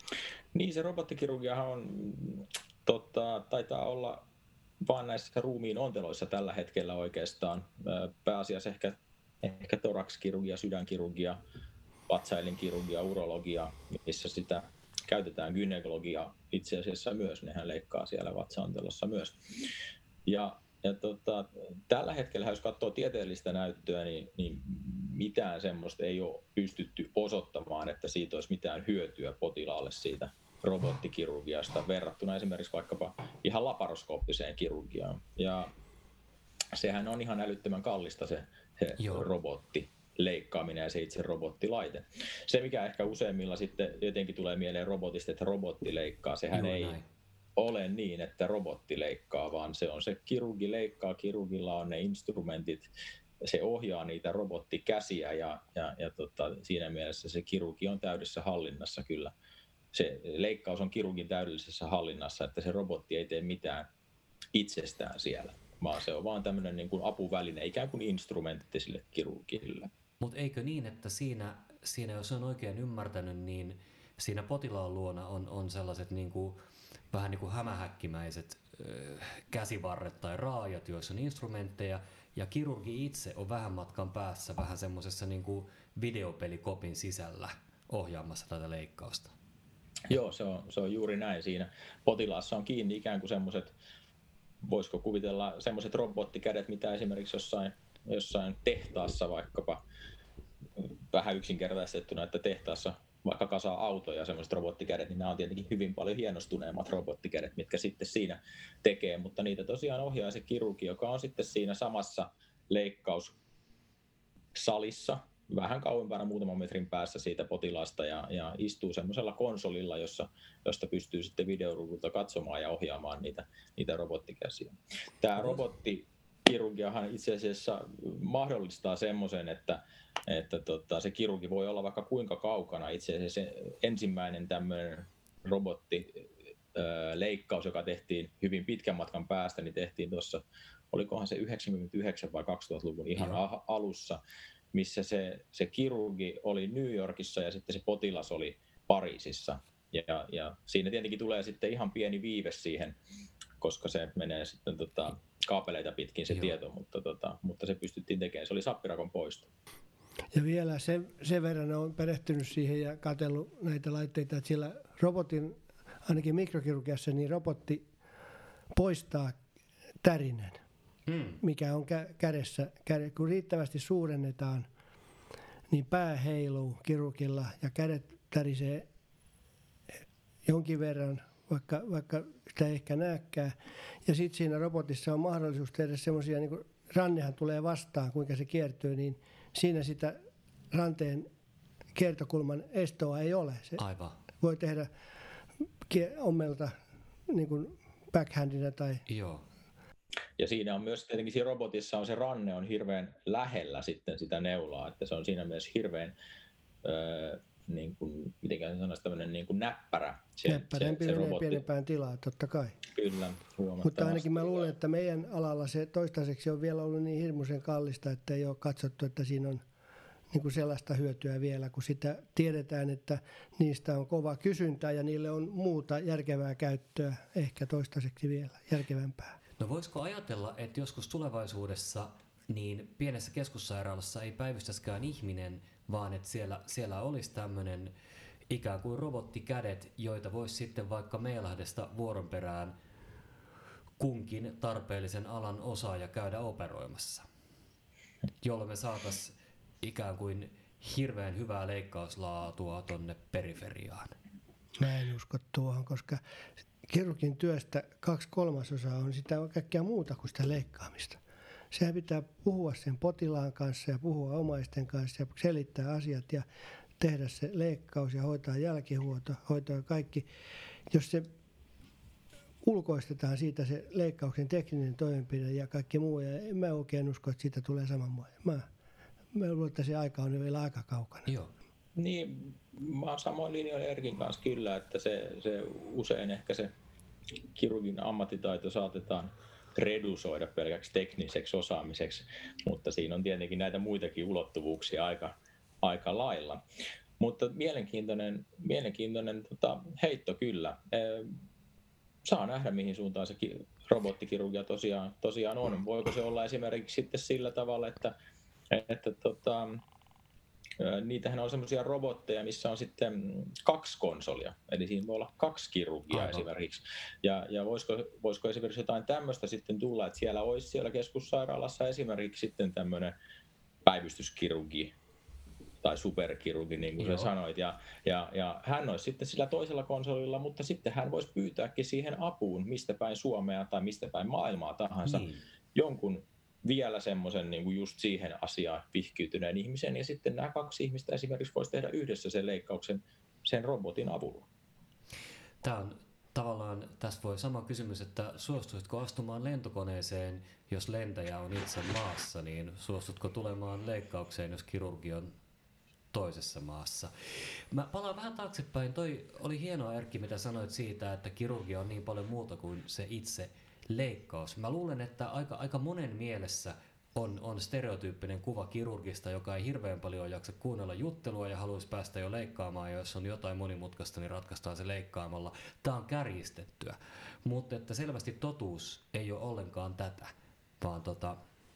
Niin, se robottikirurgiahan on, tota, taitaa olla vaan näissä ruumiin onteloissa tällä hetkellä oikeastaan. Pääasiassa ehkä, ehkä thorax-kirurgia, sydänkirurgia, vatsaelinkirurgia, urologia, missä sitä käytetään, gynekologia itse asiassa myös, nehän leikkaa siellä vatsaontelossa myös. Ja, ja tota, tällä hetkellä, jos katsoo tieteellistä näyttöä, niin, niin mitään semmoista ei ole pystytty osoittamaan, että siitä olisi mitään hyötyä potilaalle siitä robottikirurgiasta verrattuna esimerkiksi vaikkapa ihan laparoskooppiseen kirurgiaan. Ja sehän on ihan älyttömän kallista se, se robotti leikkaaminen ja se itse robottilaite. Se, mikä ehkä useimmilla sitten jotenkin tulee mieleen robotista, että robotti leikkaa, sehän Joo, ei näin. ole niin, että robotti leikkaa, vaan se on se kirurgi leikkaa, kirurgilla on ne instrumentit, se ohjaa niitä robottikäsiä ja, ja, ja tota, siinä mielessä se kirurgi on täydessä hallinnassa kyllä. Se leikkaus on kirurgin täydellisessä hallinnassa, että se robotti ei tee mitään itsestään siellä, vaan se on vaan tämmöinen niin kuin apuväline, ikään kuin instrumentti sille kirurgille. Mutta eikö niin, että siinä, siinä, jos on oikein ymmärtänyt, niin siinä potilaan luona on, on sellaiset niin kuin, vähän niin kuin hämähäkkimäiset äh, käsivarret tai raajat, joissa on instrumentteja, ja kirurgi itse on vähän matkan päässä vähän semmoisessa niin kuin videopelikopin sisällä ohjaamassa tätä leikkausta. Joo, se on, se on juuri näin siinä. Potilaassa on kiinni ikään kuin semmoiset, voisiko kuvitella semmoiset robottikädet, mitä esimerkiksi jossain, jossain tehtaassa vaikkapa, vähän yksinkertaistettuna, että tehtaassa vaikka kasaa autoja, semmoiset robottikädet, niin nämä on tietenkin hyvin paljon hienostuneemmat robottikädet, mitkä sitten siinä tekee, mutta niitä tosiaan ohjaa se kirurgi, joka on sitten siinä samassa leikkaussalissa, vähän kauempana muutaman metrin päässä siitä potilaasta ja, ja istuu semmoisella konsolilla, jossa, josta pystyy sitten videoruudulta katsomaan ja ohjaamaan niitä, niitä robottikäsiä. Tämä robottikirurgiahan itse asiassa mahdollistaa semmoisen, että, että tota, se kirurgi voi olla vaikka kuinka kaukana. Itse asiassa se ensimmäinen tämmöinen robottileikkaus, joka tehtiin hyvin pitkän matkan päästä, niin tehtiin tuossa, olikohan se yhdeksänkymmentäyhdeksän vai kaksituhattaluvun ihan Joo. alussa, missä se, se kirurgi oli New Yorkissa ja sitten se potilas oli Pariisissa. Ja, ja siinä tietenkin tulee sitten ihan pieni viive siihen, koska se menee sitten tota, kaapeleita pitkin se Joo. tieto, mutta, tota, mutta se pystyttiin tekemään. Se oli sappirakon poisto. Ja vielä sen, sen verran olen perehtynyt siihen ja katsellut näitä laitteita, että siellä robotin, ainakin mikrokirurgiassa, niin robotti poistaa tärinän. Hmm. Mikä on kä- kädessä. Käde, kun riittävästi suurennetaan, niin pää heiluu kirurgilla ja kädet tärisee jonkin verran, vaikka, vaikka sitä ei ehkä näekään. Ja sitten siinä robotissa on mahdollisuus tehdä semmoisia, niin kuin rannehan tulee vastaan, kuinka se kiertyy, niin siinä sitä ranteen kiertokulman estoa ei ole. Se Aivan. voi tehdä ommelta niin kuin backhandina tai... Joo. Ja siinä on myös tietenkin siinä robotissa on se ranne on hirveän lähellä sitten sitä neulaa, että se on siinä myös hirveän, öö, niin kuin, mitenkään sanoisi, tämmöinen niin kuin näppärä. Se, Näppärämpi se, se menee pienempään tilaa, totta kai. Kyllä, huomattavasti. Mutta ainakin mä luulen, että meidän alalla se toistaiseksi on vielä ollut niin hirmuisen kallista, että ei ole katsottu, että siinä on niin kuin sellaista hyötyä vielä, kun sitä tiedetään, että niistä on kova kysyntä ja niille on muuta järkevää käyttöä, ehkä toistaiseksi vielä järkevämpää. No voisiko ajatella, että joskus tulevaisuudessa niin pienessä keskussairaalassa ei päivystäskään ihminen, vaan että siellä, siellä olisi tämmöinen ikään kuin robottikädet, joita voisi sitten vaikka Meilahdesta vuoron perään kunkin tarpeellisen alan osaaja käydä operoimassa, jolloin me saataisiin ikään kuin hirveän hyvää leikkauslaatua tonne periferiaan. Mä en usko tuohon, koska kirurgin työstä kaksi kolmasosaa on sitä kaikkea muuta kuin sitä leikkaamista. Sehän pitää puhua sen potilaan kanssa ja puhua omaisten kanssa ja selittää asiat ja tehdä se leikkaus ja hoitaa jälkihuolto, hoitaa kaikki. Jos se ulkoistetaan siitä se leikkauksen tekninen toimenpide ja kaikki muu, ja en mä oikein usko, että siitä tulee samanmoinen. Mä, mä luulen, että se aika on vielä aika kaukana. Joo. Niin, mä oon samoin linjoilla Erkin kanssa kyllä, että se, se usein ehkä se kirurgin ammattitaito saatetaan redusoida pelkäksi tekniseksi osaamiseksi, mutta siinä on tietenkin näitä muitakin ulottuvuuksia aika, aika lailla. Mutta mielenkiintoinen, mielenkiintoinen tota, heitto kyllä. Saa nähdä, mihin suuntaan se robottikirurgia tosiaan, tosiaan on. Voiko se olla esimerkiksi sitten sillä tavalla, että, että tota, niitähän on semmoisia robotteja, missä on sitten kaksi konsolia, eli siinä voi olla kaksi kirurgia Aivan. esimerkiksi. Ja, ja voisiko, voisiko esimerkiksi jotain tämmöistä sitten tulla, että siellä olisi siellä keskussairaalassa esimerkiksi sitten tämmöinen päivystyskirurgi tai superkirurgi, niin kuin Joo. sä sanoit, ja, ja, ja hän olisi sitten sillä toisella konsolilla, mutta sitten hän voisi pyytääkin siihen apuun, mistä päin Suomea tai mistä päin maailmaa tahansa, niin. jonkun vielä semmoisen niin kuin just siihen asiaan vihkiytyneen ihmisen, ja sitten nämä kaksi ihmistä esimerkiksi voisi tehdä yhdessä sen leikkauksen sen robotin avulla. Tämä on tavallaan, tässä voi sama kysymys, että suostuisitko astumaan lentokoneeseen, jos lentäjä on itse maassa, niin suostutko tulemaan leikkaukseen, jos kirurgi on toisessa maassa. Mä palaan vähän taaksepäin. Toi oli hienoa, Erkki, mitä sanoit siitä, että kirurgia on niin paljon muuta kuin se itse leikkaus. Mä luulen, että aika, aika monen mielessä on, on stereotyyppinen kuva kirurgista, joka ei hirveän paljon jaksa kuunnella juttelua ja haluaisi päästä jo leikkaamaan, ja jos on jotain monimutkaista, niin ratkaistaan se leikkaamalla. Tämä on kärjistettyä, mutta että selvästi totuus ei ole ollenkaan tätä, vaan tota...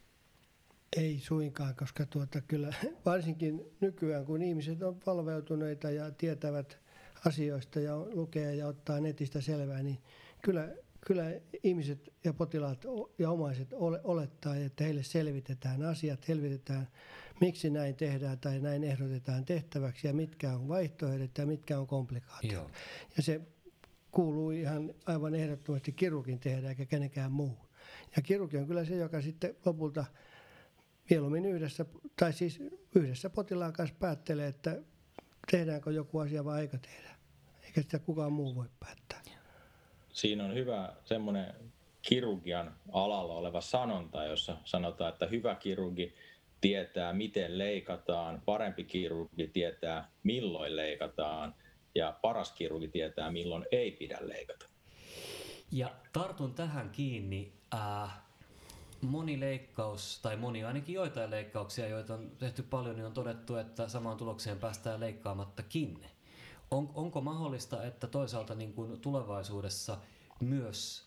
Ei suinkaan, koska tuota, kyllä varsinkin nykyään, kun ihmiset on valveutuneita ja tietävät asioista ja lukee ja ottaa netistä selvää, niin kyllä, kyllä ihmiset ja potilaat ja omaiset olettaa, että heille selvitetään asiat, selvitetään miksi näin tehdään tai näin ehdotetaan tehtäväksi ja mitkä on vaihtoehdot ja mitkä on komplikaatiot. Joo. Ja se kuuluu ihan aivan ehdottomasti kirurgin tehdä eikä kenenkään muu. Ja kirurgi on kyllä se, joka sitten lopulta mieluummin yhdessä, tai siis yhdessä potilaan kanssa päättelee, että tehdäänkö joku asia vai eikö tehdä. Eikä sitä kukaan muu voi päättää. Siinä on hyvä semmoinen kirurgian alalla oleva sanonta, jossa sanotaan, että hyvä kirurgi tietää, miten leikataan, parempi kirurgi tietää, milloin leikataan, ja paras kirurgi tietää, milloin ei pidä leikata. Ja tartun tähän kiinni. Äh... Moni leikkaus, tai moni ainakin joitain leikkauksia, joita on tehty paljon, niin on todettu, että samaan tulokseen päästään leikkaamattakin. On, onko mahdollista, että toisaalta niin kuin tulevaisuudessa myös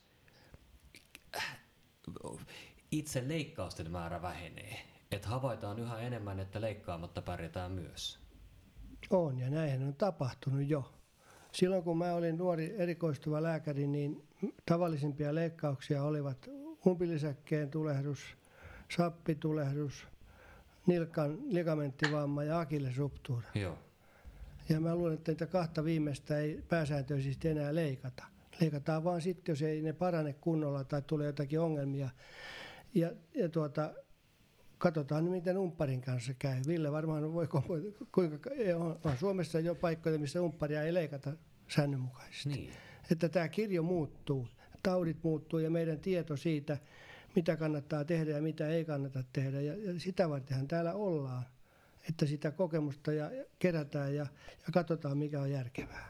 itse leikkausten määrä vähenee? Että havaitaan yhä enemmän, että leikkaamatta pärjätään myös? On, ja näinhän on tapahtunut jo. Silloin kun mä olin nuori erikoistuva lääkäri, niin tavallisimpia leikkauksia olivat umpilisäkkeen tulehdus, sappitulehdus, nilkan ligamenttivamma ja akillesruptuura. Joo. Ja mä luulen, että niitä kahta viimeistä ei pääsääntöisesti enää leikata. Leikataan vaan sitten, jos ei ne parane kunnolla tai tulee jotakin ongelmia. Ja, ja tuota, katsotaan nyt, miten umpparin kanssa käy. Ville varmaan voi, kuinka, on, on Suomessa jo paikkoja, missä umpparia ei leikata säännönmukaisesti. Niin. Että tämä kirjo muuttuu. Taudit muuttuu ja meidän tieto siitä, mitä kannattaa tehdä ja mitä ei kannata tehdä. Ja, ja sitä vartenhan täällä ollaan, että sitä kokemusta ja kerätään ja, ja katsotaan, mikä on järkevää.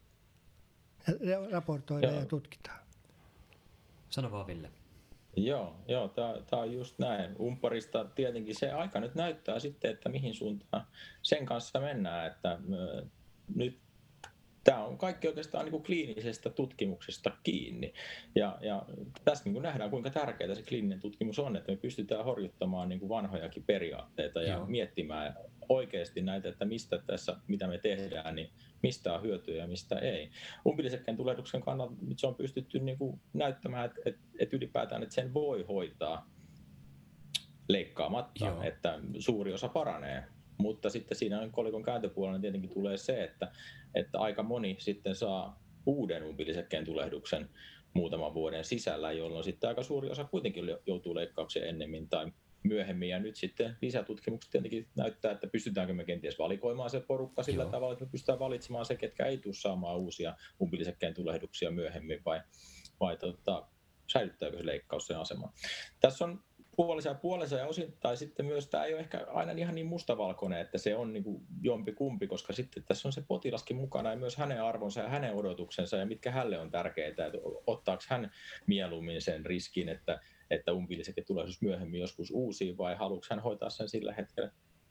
Ja raportoidaan joo. ja tutkitaan. Sano vaan, Ville. Joo, joo tämä on just näin. Umpparista tietenkin se aika nyt näyttää sitten, että mihin suuntaan sen kanssa mennään. Että, ö, nyt tämä on kaikki oikeastaan niin kuin kliinisestä tutkimuksesta kiinni. Ja, ja tässä niin kuin nähdään, kuinka tärkeää se kliininen tutkimus on, että me pystytään horjuttamaan niin kuin vanhojakin periaatteita ja Joo. miettimään oikeasti näitä, että mistä tässä, mitä me tehdään, niin mistä on hyötyä ja mistä ei. Umpilisäkkeen tulehduksen kannalta nyt se on pystytty niin kuin näyttämään, että, että, että ylipäätään että sen voi hoitaa leikkaamatta, Joo. että suuri osa paranee. Mutta sitten siinä kolikon kääntöpuolella tietenkin tulee se, että, että aika moni sitten saa uuden umpilisäkkeen tulehduksen muutaman vuoden sisällä, jolloin sitten aika suuri osa kuitenkin joutuu leikkaukseen ennemmin tai myöhemmin. Ja nyt sitten lisätutkimukset tietenkin näyttää, että pystytäänkö me kenties valikoimaan se porukka sillä Joo. tavalla, että me pystytään valitsemaan se, ketkä ei tule saamaan uusia umpilisäkkeen tulehduksia myöhemmin vai, vai tota, säilyttääkö se leikkaus sen aseman. Tässä on puolessa ja puolessa ja osin, tai sitten myös tämä ei ole ehkä aina ihan niin mustavalkoinen, että se on niin kuin jompi kumpi, koska sitten tässä on se potilaskin mukana ja myös hänen arvonsa ja hänen odotuksensa ja mitkä hänelle on tärkeitä, että ottaako hän mieluummin sen riskin, että, että umpilisäke tulehdus myöhemmin joskus uusiin vai haluatko hän hoitaa sen sillä hetkellä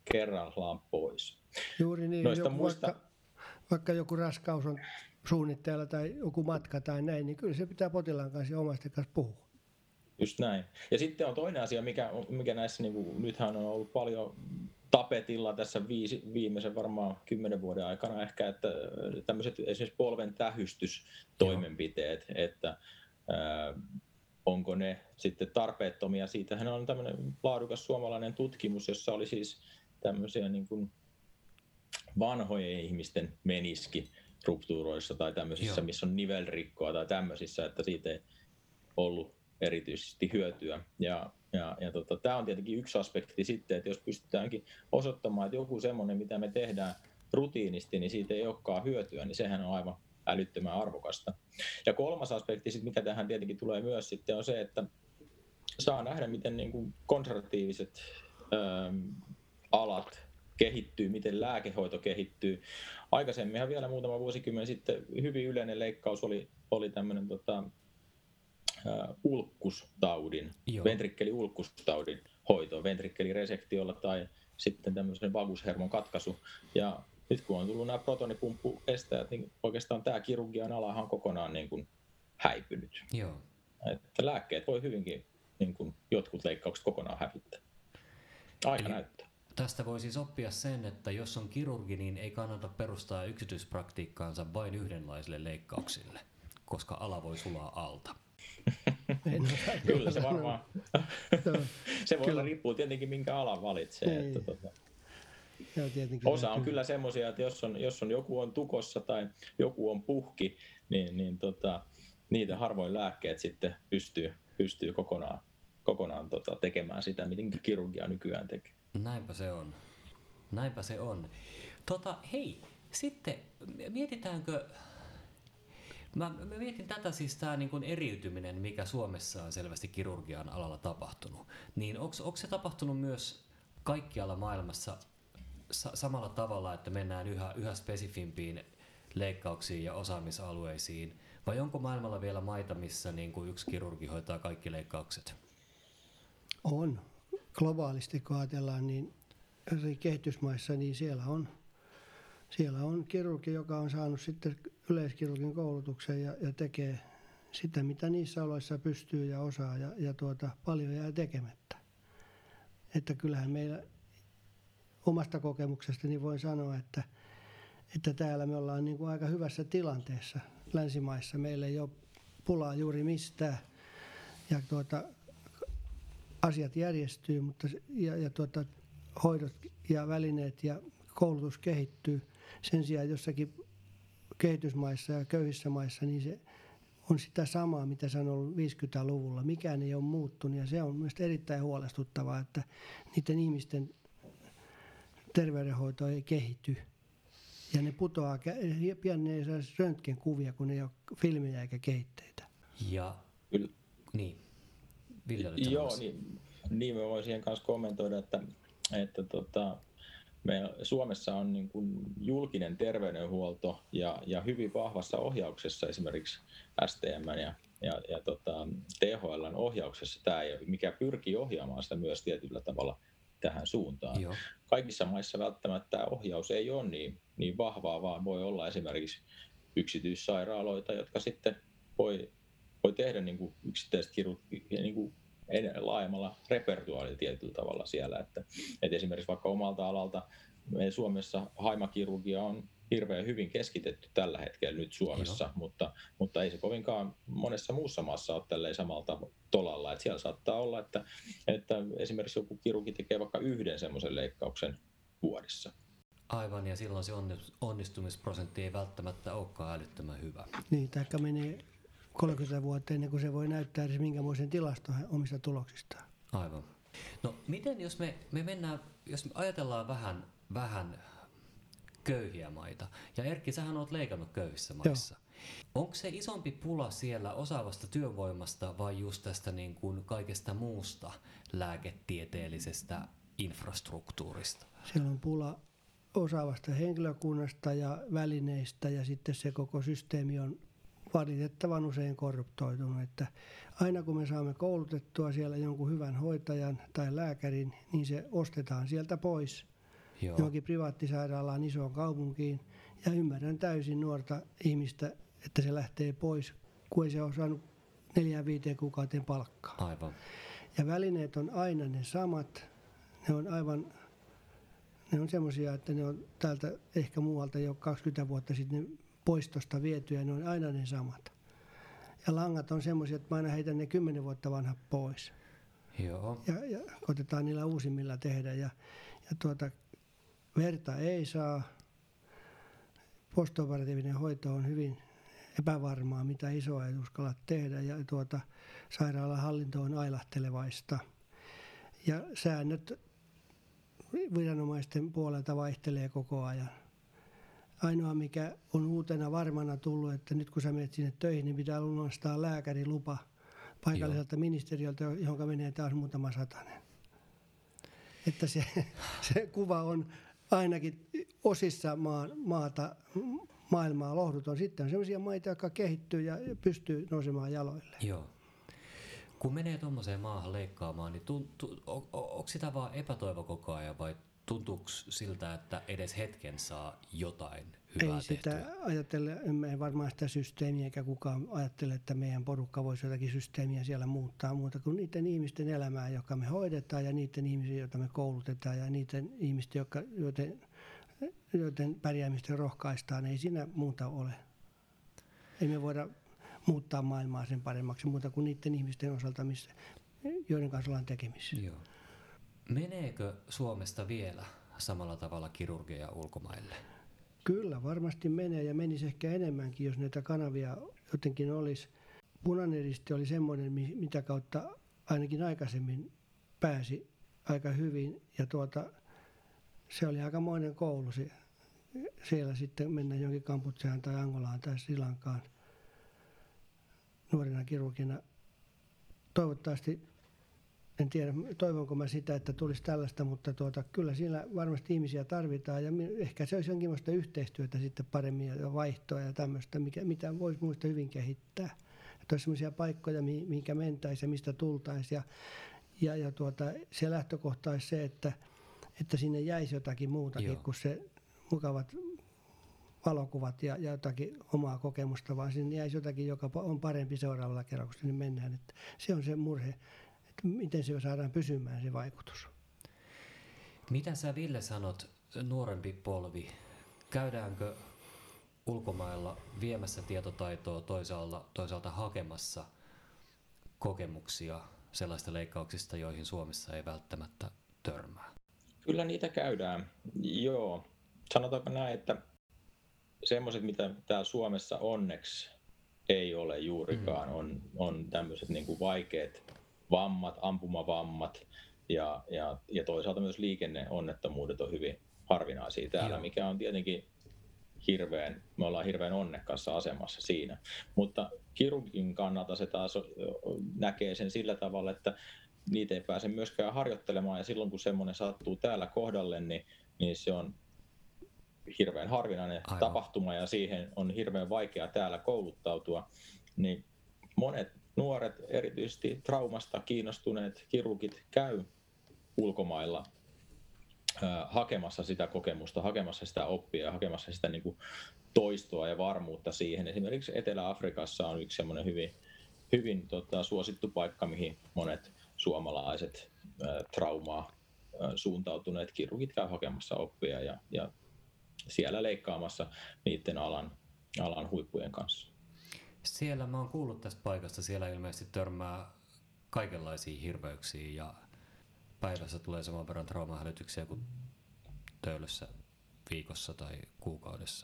kerrallaan pois. Juuri niin, Noista joku muista... vaikka, vaikka joku raskaus on suunnitteilla tai joku matka tai näin, niin kyllä se pitää potilaan kanssa ja omaisten kanssa puhua. Just näin. Ja sitten on toinen asia, mikä, mikä näissä, niin kuin, nythän on ollut paljon tapetilla tässä viisi, viimeisen varmaan kymmenen vuoden aikana ehkä, että tämmöiset esimerkiksi polven tähystystoimenpiteet, Joo. että ää, onko ne sitten tarpeettomia. Siitähän on tämmöinen laadukas suomalainen tutkimus, jossa oli siis tämmöisiä niin kuin vanhojen ihmisten meniskiruptuuroissa tai tämmöisissä, Joo. missä on nivelrikkoa tai tämmöisissä, että siitä ei ollut erityisesti hyötyä. Ja, ja, ja tota, tämä on tietenkin yksi aspekti sitten, että jos pystytäänkin osoittamaan, että joku semmoinen, mitä me tehdään rutiinisti, niin siitä ei olekaan hyötyä, niin sehän on aivan älyttömän arvokasta. Ja kolmas aspekti, sit, mikä tähän tietenkin tulee myös sitten, on se, että saa nähdä, miten niin kuin konservatiiviset ähm, alat kehittyy, miten lääkehoito kehittyy. Aikaisemminhan vielä muutama vuosikymmen sitten hyvin yleinen leikkaus oli, oli tämmöinen tota, Uh, ulkkustaudin, Joo. ventrikkeliulkkustaudin hoito, ventrikkeliresektiolla tai sitten tämmöisen vagushermon katkaisu. Ja nyt kun on tullut nämä protonipumppuestäjät, niin oikeastaan tämä kirurgian alahan on kokonaan niin kuin häipynyt. Joo. Että lääkkeet voi hyvinkin niin kuin jotkut leikkaukset kokonaan hävittää. Aika Eli näyttää. Tästä voi siis oppia sen, että jos on kirurgi, niin ei kannata perustaa yksityispraktiikkaansa vain yhdenlaisille leikkauksille, koska ala voi sulaa alta. Kyllä se varmaan. Se voi olla riippuu tietenkin minkä alan valitsee. Että tota. Osa on kyllä semmoisia, että jos on, jos on joku on tukossa tai joku on puhki, niin, niin tota, niitä harvoin lääkkeet sitten pystyy, pystyy kokonaan, kokonaan tota, tekemään sitä, miten kirurgia nykyään tekee. Näinpä se on. Näinpä se on. Tota, hei, sitten mietitäänkö... Mä, mä mietin tätä siis tämä niin kuin eriytyminen, mikä Suomessa on selvästi kirurgian alalla tapahtunut. Niin onko se tapahtunut myös kaikkialla maailmassa sa- samalla tavalla, että mennään yhä, yhä spesifimpiin leikkauksiin ja osaamisalueisiin? Vai onko maailmalla vielä maita, missä niin kuin yksi kirurgi hoitaa kaikki leikkaukset? On. Globaalisti kun ajatellaan, niin eri kehitysmaissa, niin siellä on, siellä on kirurgi, joka on saanut sitten yleiskirurgin koulutuksen ja, ja tekee sitä, mitä niissä oloissa pystyy ja osaa, ja, ja tuota, paljon jää tekemättä. Että kyllähän meillä omasta kokemuksestani voin sanoa, että, että täällä me ollaan niin kuin aika hyvässä tilanteessa länsimaissa. Meillä ei ole pulaa juuri mistään, ja tuota, asiat järjestyy, mutta, ja, ja tuota, hoidot ja välineet ja koulutus kehittyy. Sen sijaan jossakin kehitysmaissa ja köyhissä maissa, niin se on sitä samaa, mitä se on ollut viisikymmentäluvulla. Mikään ei ole muuttunut, ja se on mielestäni erittäin huolestuttavaa, että niiden ihmisten terveydenhoito ei kehity. Ja ne putoaa, pian ne ei saa röntgenkuvia, kun ei ole filmejä eikä kehitteitä. Ja, Kyllä. niin. Ville, Joo, niin, niin mä voin siihen kanssa kommentoida, että, että tota, meillä Suomessa on niin kuin julkinen terveydenhuolto ja, ja hyvin vahvassa ohjauksessa esimerkiksi S T M ja, ja, ja tota, T H L:n ohjauksessa tämä, mikä pyrkii ohjaamaan sitä myös tietyllä tavalla tähän suuntaan. Joo. Kaikissa maissa välttämättä tämä ohjaus ei ole niin, niin vahvaa, vaan voi olla esimerkiksi yksityissairaaloita, jotka sitten voi, voi tehdä niin kuin yksittäiset kirurgia niin kuin laajemmalla repertuaalilla tietyllä tavalla siellä. Että, että esimerkiksi vaikka omalta alalta meidän Suomessa haimakirurgia on hirveän hyvin keskitetty tällä hetkellä nyt Suomessa, mutta, mutta ei se kovinkaan monessa muussa maassa ole tälleen samalta tolalla. Että siellä saattaa olla, että, että esimerkiksi joku kirurgi tekee vaikka yhden semmoisen leikkauksen vuodessa. Aivan, ja silloin se onnistumisprosentti ei välttämättä olekaan älyttömän hyvä. Niin, taikka menee kolmekymmentä vuotta ennen kuin se voi näyttää edes minkämoisen tilaston omista tuloksistaan. Aivan. No miten jos me, me mennään, jos me ajatellaan vähän, vähän köyhiä maita, ja Erkki, sähän oot leikannut köyhissä maissa. Joo. Onko se isompi pula siellä osaavasta työvoimasta vai just tästä niin kuin kaikesta muusta lääketieteellisestä infrastruktuurista? Siellä on pula osaavasta henkilökunnasta ja välineistä, ja sitten se koko systeemi on valitettavan usein korruptoitunut, että aina kun me saamme koulutettua siellä jonkun hyvän hoitajan tai lääkärin, niin se ostetaan sieltä pois Joo. johonkin privaattisairaalaan isoon kaupunkiin. Ja ymmärrän täysin nuorta ihmistä, että se lähtee pois, kun ei se ole saanut neljään viiteen kuukauteen palkkaa. Aivan. Ja välineet on aina ne samat. Ne on aivan, ne on semmoisia, että ne on täältä ehkä muualta jo kaksikymmentä vuotta sitten poistosta vietyjä, ne on aina ne samat. Ja langat on semmoisia, että mä aina heitän ne kymmenen vuotta vanhat pois. Joo. Ja, ja koitetaan niillä uusimmilla tehdä. Ja, ja tuota, verta ei saa. Postoperatiivinen hoito on hyvin epävarmaa, mitä isoa ei uskalla tehdä. Ja tuota, sairaalahallinto on ailahtelevaista. Ja säännöt viranomaisten puolelta vaihtelee koko ajan. Ainoa, mikä on uutena varmana tullut, että nyt kun sä menet sinne töihin, niin pitää lunastaa lääkärilupa paikalliselta Joo. ministeriöltä, johon menee taas muutama satanen. Että se, se kuva on ainakin osissa maa, maata, maailmaa lohduton. Sitten on sellaisia maita, jotka kehittyy ja pystyy nousemaan jaloille. Joo. Kun menee tuommoiseen maahan leikkaamaan, niin tuntu, on, onko sitä vaan epätoivo koko ajan vai tuntuuko siltä, että edes hetken saa jotain hyvää Ei sitä tehtyä? ajatella, emme varmaan sitä systeemiä, eikä kukaan ajattele, että meidän porukka voisi jotakin systeemiä siellä muuttaa muuta kuin niiden ihmisten elämää, joka me hoidetaan ja niiden ihmisiä, joita me koulutetaan ja niiden ihmisten, jotka, joiden, joiden pärjäämistä rohkaistaan. Ei siinä muuta ole. Ei me voida muuttaa maailmaa sen paremmaksi muuta kuin niiden ihmisten osalta, missä, joiden kanssa ollaan tekemisissä. Joo. Meneekö Suomesta vielä samalla tavalla kirurgia ulkomaille? Kyllä, varmasti menee ja menisi ehkä enemmänkin, jos näitä kanavia jotenkin olisi. Punainen Risti oli semmoinen, mitä kautta ainakin aikaisemmin pääsi aika hyvin. Ja tuota, se oli aikamoinen koulu se, siellä sitten mennä jonkin Kampucheaan tai Angolaan tai Sri Lankaan nuorena kirurgina. Toivottavasti, en tiedä, toivonko mä sitä, että tulisi tällaista, mutta tuota, kyllä siellä varmasti ihmisiä tarvitaan ja ehkä se olisi jonkinlaista yhteistyötä sitten paremmin ja vaihtoa ja tämmöistä, mikä, mitä voisi muista hyvin kehittää. Että olisi sellaisia paikkoja, mihinkä mentäisiin ja mistä tultaisiin ja, ja, ja tuota, se lähtökohta olisi se, että, että sinne jäisi jotakin muutakin Joo. kuin se mukavat valokuvat ja, ja jotakin omaa kokemusta, vaan sinne jäisi jotakin, joka on parempi seuraavalla kerralla, kun sinne mennään. Että se on se murhe. Miten se saadaan pysymään se vaikutus? Mitä sä, Ville, sanot, nuorempi polvi? Käydäänkö ulkomailla viemässä tietotaitoa, toisaalta, toisaalta hakemassa kokemuksia sellaista leikkauksista, joihin Suomessa ei välttämättä törmää? Kyllä niitä käydään. Joo. Sanotaanko näin, että semmoiset, mitä täällä Suomessa onneksi ei ole juurikaan, mm. on, on tämmöiset niin kuin vaikeat vammat, ampumavammat ja, ja, ja toisaalta myös liikenneonnettomuudet on hyvin harvinaisia täällä, Joo. mikä on tietenkin hirveän, me ollaan hirveän onnekkaassa asemassa siinä. Mutta kirurgin kannalta se taas näkee sen sillä tavalla, että niitä ei pääse myöskään harjoittelemaan ja silloin kun semmoinen sattuu täällä kohdalle, niin, niin se on hirveän harvinainen Aivan. tapahtuma ja siihen on hirveän vaikea täällä kouluttautua, niin monet nuoret, erityisesti traumasta kiinnostuneet kirurgit käy ulkomailla äh, hakemassa sitä kokemusta, hakemassa sitä oppia ja hakemassa sitä niin kuin toistoa ja varmuutta siihen. Esimerkiksi Etelä-Afrikassa on yksi semmoinen hyvin, hyvin tota, suosittu paikka, mihin monet suomalaiset äh, traumaa äh, suuntautuneet kirurgit käy hakemassa oppia ja, ja siellä leikkaamassa niiden alan, alan huippujen kanssa. Siellä mä oon kuullut tästä paikasta, siellä ilmeisesti törmää kaikenlaisia hirveyksiä ja päivässä tulee saman verran traumahälytyksiä kuin töölössä viikossa tai kuukaudessa.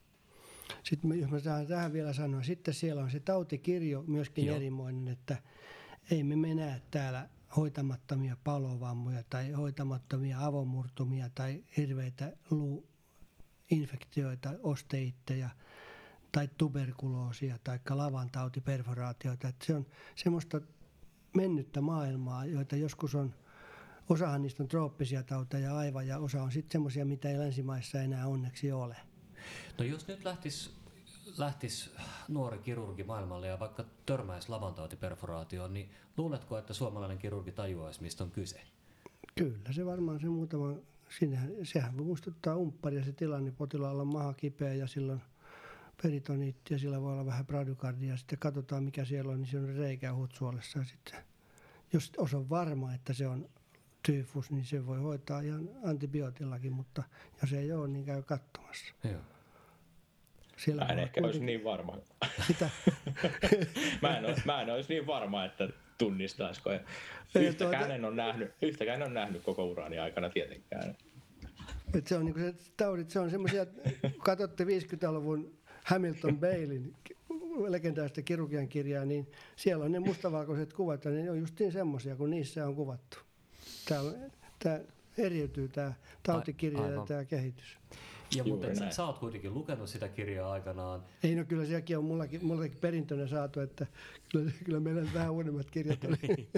Sitten jos mä saan tähän vielä sanoa, sitten siellä on se tautikirjo myöskin Joo. erimoinen, että ei me mennä täällä hoitamattomia palovammoja tai hoitamattomia avomurtumia tai hirveitä luuinfektioita, osteitteja tai tuberkuloosia tai lavantautiperforaatioita. Että se on semmoista mennyttä maailmaa, joita joskus on, osahan niistä on trooppisia tauteja aivan ja osa on sitten semmoisia, mitä ei länsimaissa enää onneksi ole. No jos nyt lähtisi lähtis nuori kirurgi maailmalle ja vaikka törmäisi lavantautiperforaatioon, niin luuletko, että suomalainen kirurgi tajuaisi, mistä on kyse? Kyllä, se varmaan se muutaman sinnehän, sehän muistuttaa umpparia se tilanne, potilaalla on maha kipeä ja silloin peritoniitti ja sillä voi olla vähän bradykardia. Sitten katsotaan mikä siellä on, niin se on reikä hutsuolessa. Sitten, jos on varma, että se on tyfus, niin se voi hoitaa ihan antibiootillakin, mutta jos ei ole, niin käy katsomassa. Joo. Mä en ehkä olisi niin varma. Mitä? mä, en olisi, mä en olisi niin varma, että tunnistaisiko. Yhtäkään tuota... en ole nähnyt, yhtäkään en ole nähnyt koko urani aikana tietenkään. Et se on niinku se taudit, se on semmoisia, katsotte viisikymmentäluvun Hamilton Balein legendaarista kirurgian kirjaa, niin siellä on ne mustavalkoiset kuvat, ja ne on justiin semmoisia, kun niissä on kuvattu. Tämä eriytyy tämä tautikirja ja tämä kehitys. Ja mutta sä, sä oot kuitenkin lukenut sitä kirjaa aikanaan. Ei, no kyllä sielläkin on mullakin, mullakin perintönä saatu, että kyllä, kyllä meillä vähän uudemmat kirjat oli.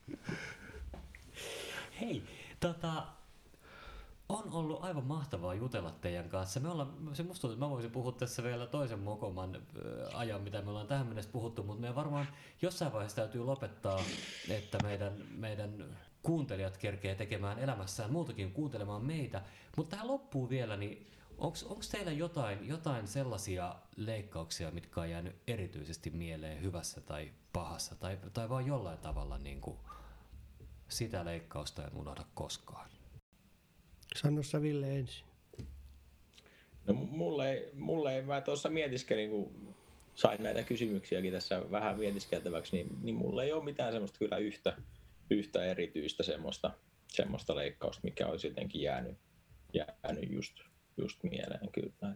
Hei, tota, on ollut aivan mahtavaa jutella teidän kanssa. Me ollaan, se musta tuntuu, että mä voisin puhua tässä vielä toisen mokoman ajan, mitä me ollaan tähän mennessä puhuttu, mutta meidän varmaan jossain vaiheessa täytyy lopettaa, että meidän, meidän kuuntelijat kerkee tekemään elämässään muutakin kuuntelemaan meitä. Mutta tähän loppuu vielä, niin onko teillä jotain, jotain sellaisia leikkauksia, mitkä on jäänyt erityisesti mieleen hyvässä tai pahassa, tai, tai vaan jollain tavalla niin kuin sitä leikkausta en unohda koskaan? Sano sä Ville ensin. No mulle ei, mulle ei mä tuossa mietiskelin, kun sain näitä kysymyksiäkin tässä vähän mietiskeltäväksi, niin, niin mulle ei ole mitään semmoista kyllä yhtä, yhtä erityistä semmoista, semmoista leikkausta, mikä olisi jotenkin jäänyt, jäänyt just, just mieleen kyllä.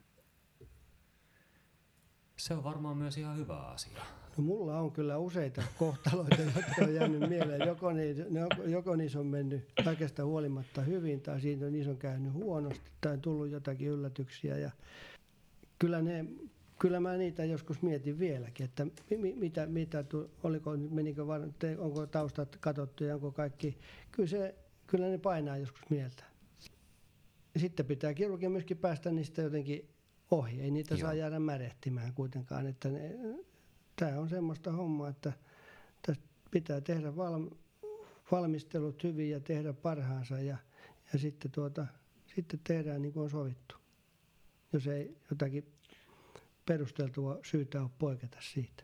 Se on varmaan myös ihan hyvä asia. No mulla on kyllä useita kohtaloita, jotka on jäänyt mieleen. Joko, niitä, joko niissä on mennyt kaikesta huolimatta hyvin, tai siitä on, niissä on käynyt huonosti, tai on tullut jotakin yllätyksiä. Ja kyllä, ne, kyllä mä niitä joskus mietin vieläkin, että mitä, mitä oliko, menikö, onko taustat katsottu ja onko kaikki. Kyllä, se, kyllä ne painaa joskus mieltä. Ja sitten pitää kirurgia myöskin päästä niistä jotenkin ohi. Ei niitä Joo. saa jäädä märehtimään kuitenkaan. Että ne, tämä on semmoista hommaa, että tästä pitää tehdä val, valmistelut hyvin ja tehdä parhaansa ja, ja sitten, tuota, sitten tehdään niin kuin on sovittu. Jos ei jotakin perusteltua syytä ole poiketa siitä.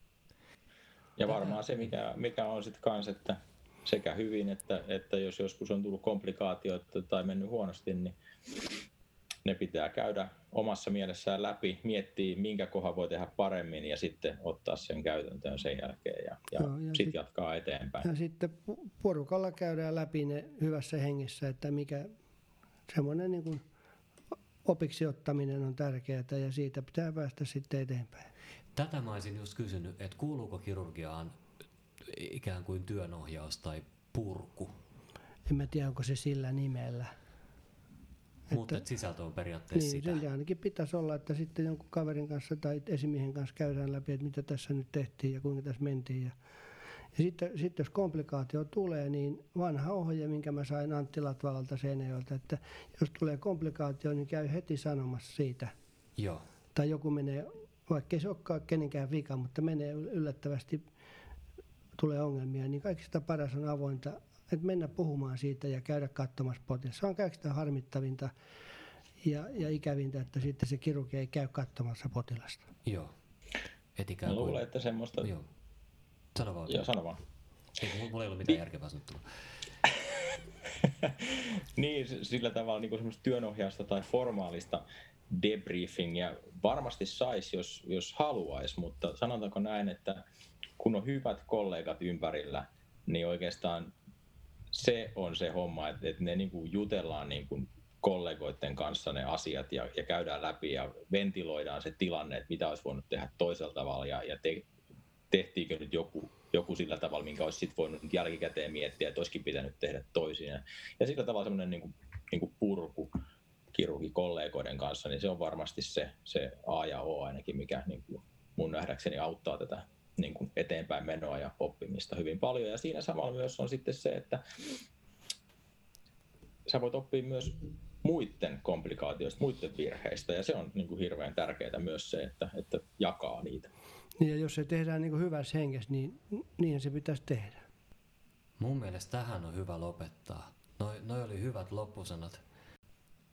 Ja varmaan se, mikä, mikä on sitten kans, että sekä hyvin, että, että jos joskus on tullut komplikaatioita tai mennyt huonosti, niin ne pitää käydä omassa mielessään läpi, miettiä minkä kohan voi tehdä paremmin ja sitten ottaa sen käytäntöön sen jälkeen ja, ja, ja sitten sit jatkaa eteenpäin. Ja sitten porukalla käydään läpi ne hyvässä hengessä, että mikä semmoinen niin kuin opiksi ottaminen on tärkeää ja siitä pitää päästä sitten eteenpäin. Tätä mä olisin just kysynyt, että kuuluuko kirurgiaan ikään kuin työnohjaus tai purku? En mä tiedä, onko se sillä nimellä. Mutta että sisältö on periaatteessa niin, sitä. Niin, ainakin pitäisi olla, että sitten jonkun kaverin kanssa tai esimiehen kanssa käydään läpi, että mitä tässä nyt tehtiin ja kuinka tässä mentiin. Ja, ja sitten, sitten jos komplikaatio tulee, niin vanha ohje, minkä mä sain Antti Latvalalta Seinäjoelta, että jos tulee komplikaatio, niin käy heti sanomassa siitä. Joo. Tai joku menee, vaikka ei se olekaan kenenkään vika, mutta menee yllättävästi, tulee ongelmia, niin kaikista paras on avointa, että mennä puhumaan siitä ja käydä katsomassa potilasta. Se on kaikista harmittavinta ja, ja ikävintä, että sitten se kirurgi ei käy katsomassa potilasta. Joo. Et ikään kuin... Mä luulen, että semmoista... Joo. Sano vaan. Joo, sano vaan. Ei, mulla ei ollut mitään järkevää sanottua. Niin, sillä tavalla niin semmoista työnohjausta tai formaalista debriefingia varmasti saisi, jos, jos haluaisi, mutta sanotaanko näin, että kun on hyvät kollegat ympärillä, niin oikeastaan se on se homma, että, että ne niin kuin jutellaan niin kuin kollegoiden kanssa ne asiat ja, ja käydään läpi ja ventiloidaan se tilanne, että mitä olisi voinut tehdä toisella tavalla ja, ja te, tehtiinkö nyt joku, joku sillä tavalla, minkä olisi sitten voinut jälkikäteen miettiä, että olisikin pitänyt tehdä toisin. Ja, ja sillä tavalla semmoinen niin kuin, niin kuin purku kirurgikollegoiden kanssa, niin se on varmasti se, se A ja O ainakin, mikä niin kuin mun nähdäkseni auttaa tätä niin kuin eteenpäin menoa ja oppimista hyvin paljon. Ja siinä samalla myös on sitten se, että sä voit oppia myös muiden komplikaatioista, muiden virheistä, ja se on niin kuin hirveän tärkeää myös se, että, että jakaa niitä. Ja jos se tehdään niin kuin hyvässä hengessä, niin niinhän se pitäisi tehdä. Mun mielestä tähän on hyvä lopettaa. Noi, noi oli hyvät loppusanat.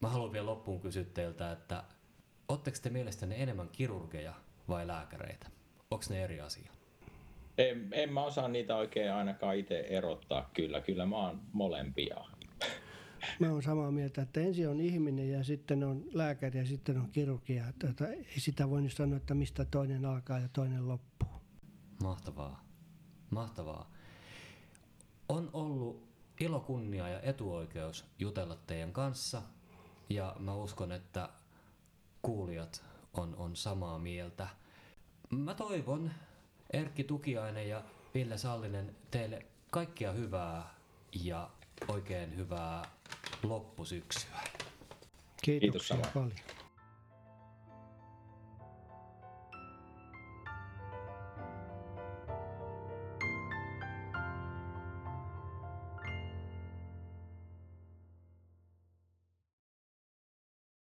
Mä haluan vielä loppuun kysyä teiltä, että ootteko te mielestänne enemmän kirurgeja vai lääkäreitä? Onko ne eri asia? En, en mä osaa niitä oikein ainakaan itse erottaa kyllä. Kyllä mä oon molempia. Mä oon samaa mieltä, että ensin on ihminen ja sitten on lääkäri ja sitten on kirurgia. Että ei sitä voi nyt sanoa, että mistä toinen alkaa ja toinen loppuu. Mahtavaa. Mahtavaa. On ollut ilo, kunnia ja etuoikeus jutella teidän kanssa. Ja mä uskon, että kuulijat on, on samaa mieltä. Mä toivon, Erkki Tukiainen ja Ville Sallinen, teille kaikkea hyvää ja oikein hyvää loppusyksyä. Kiitoksia Kiitos paljon.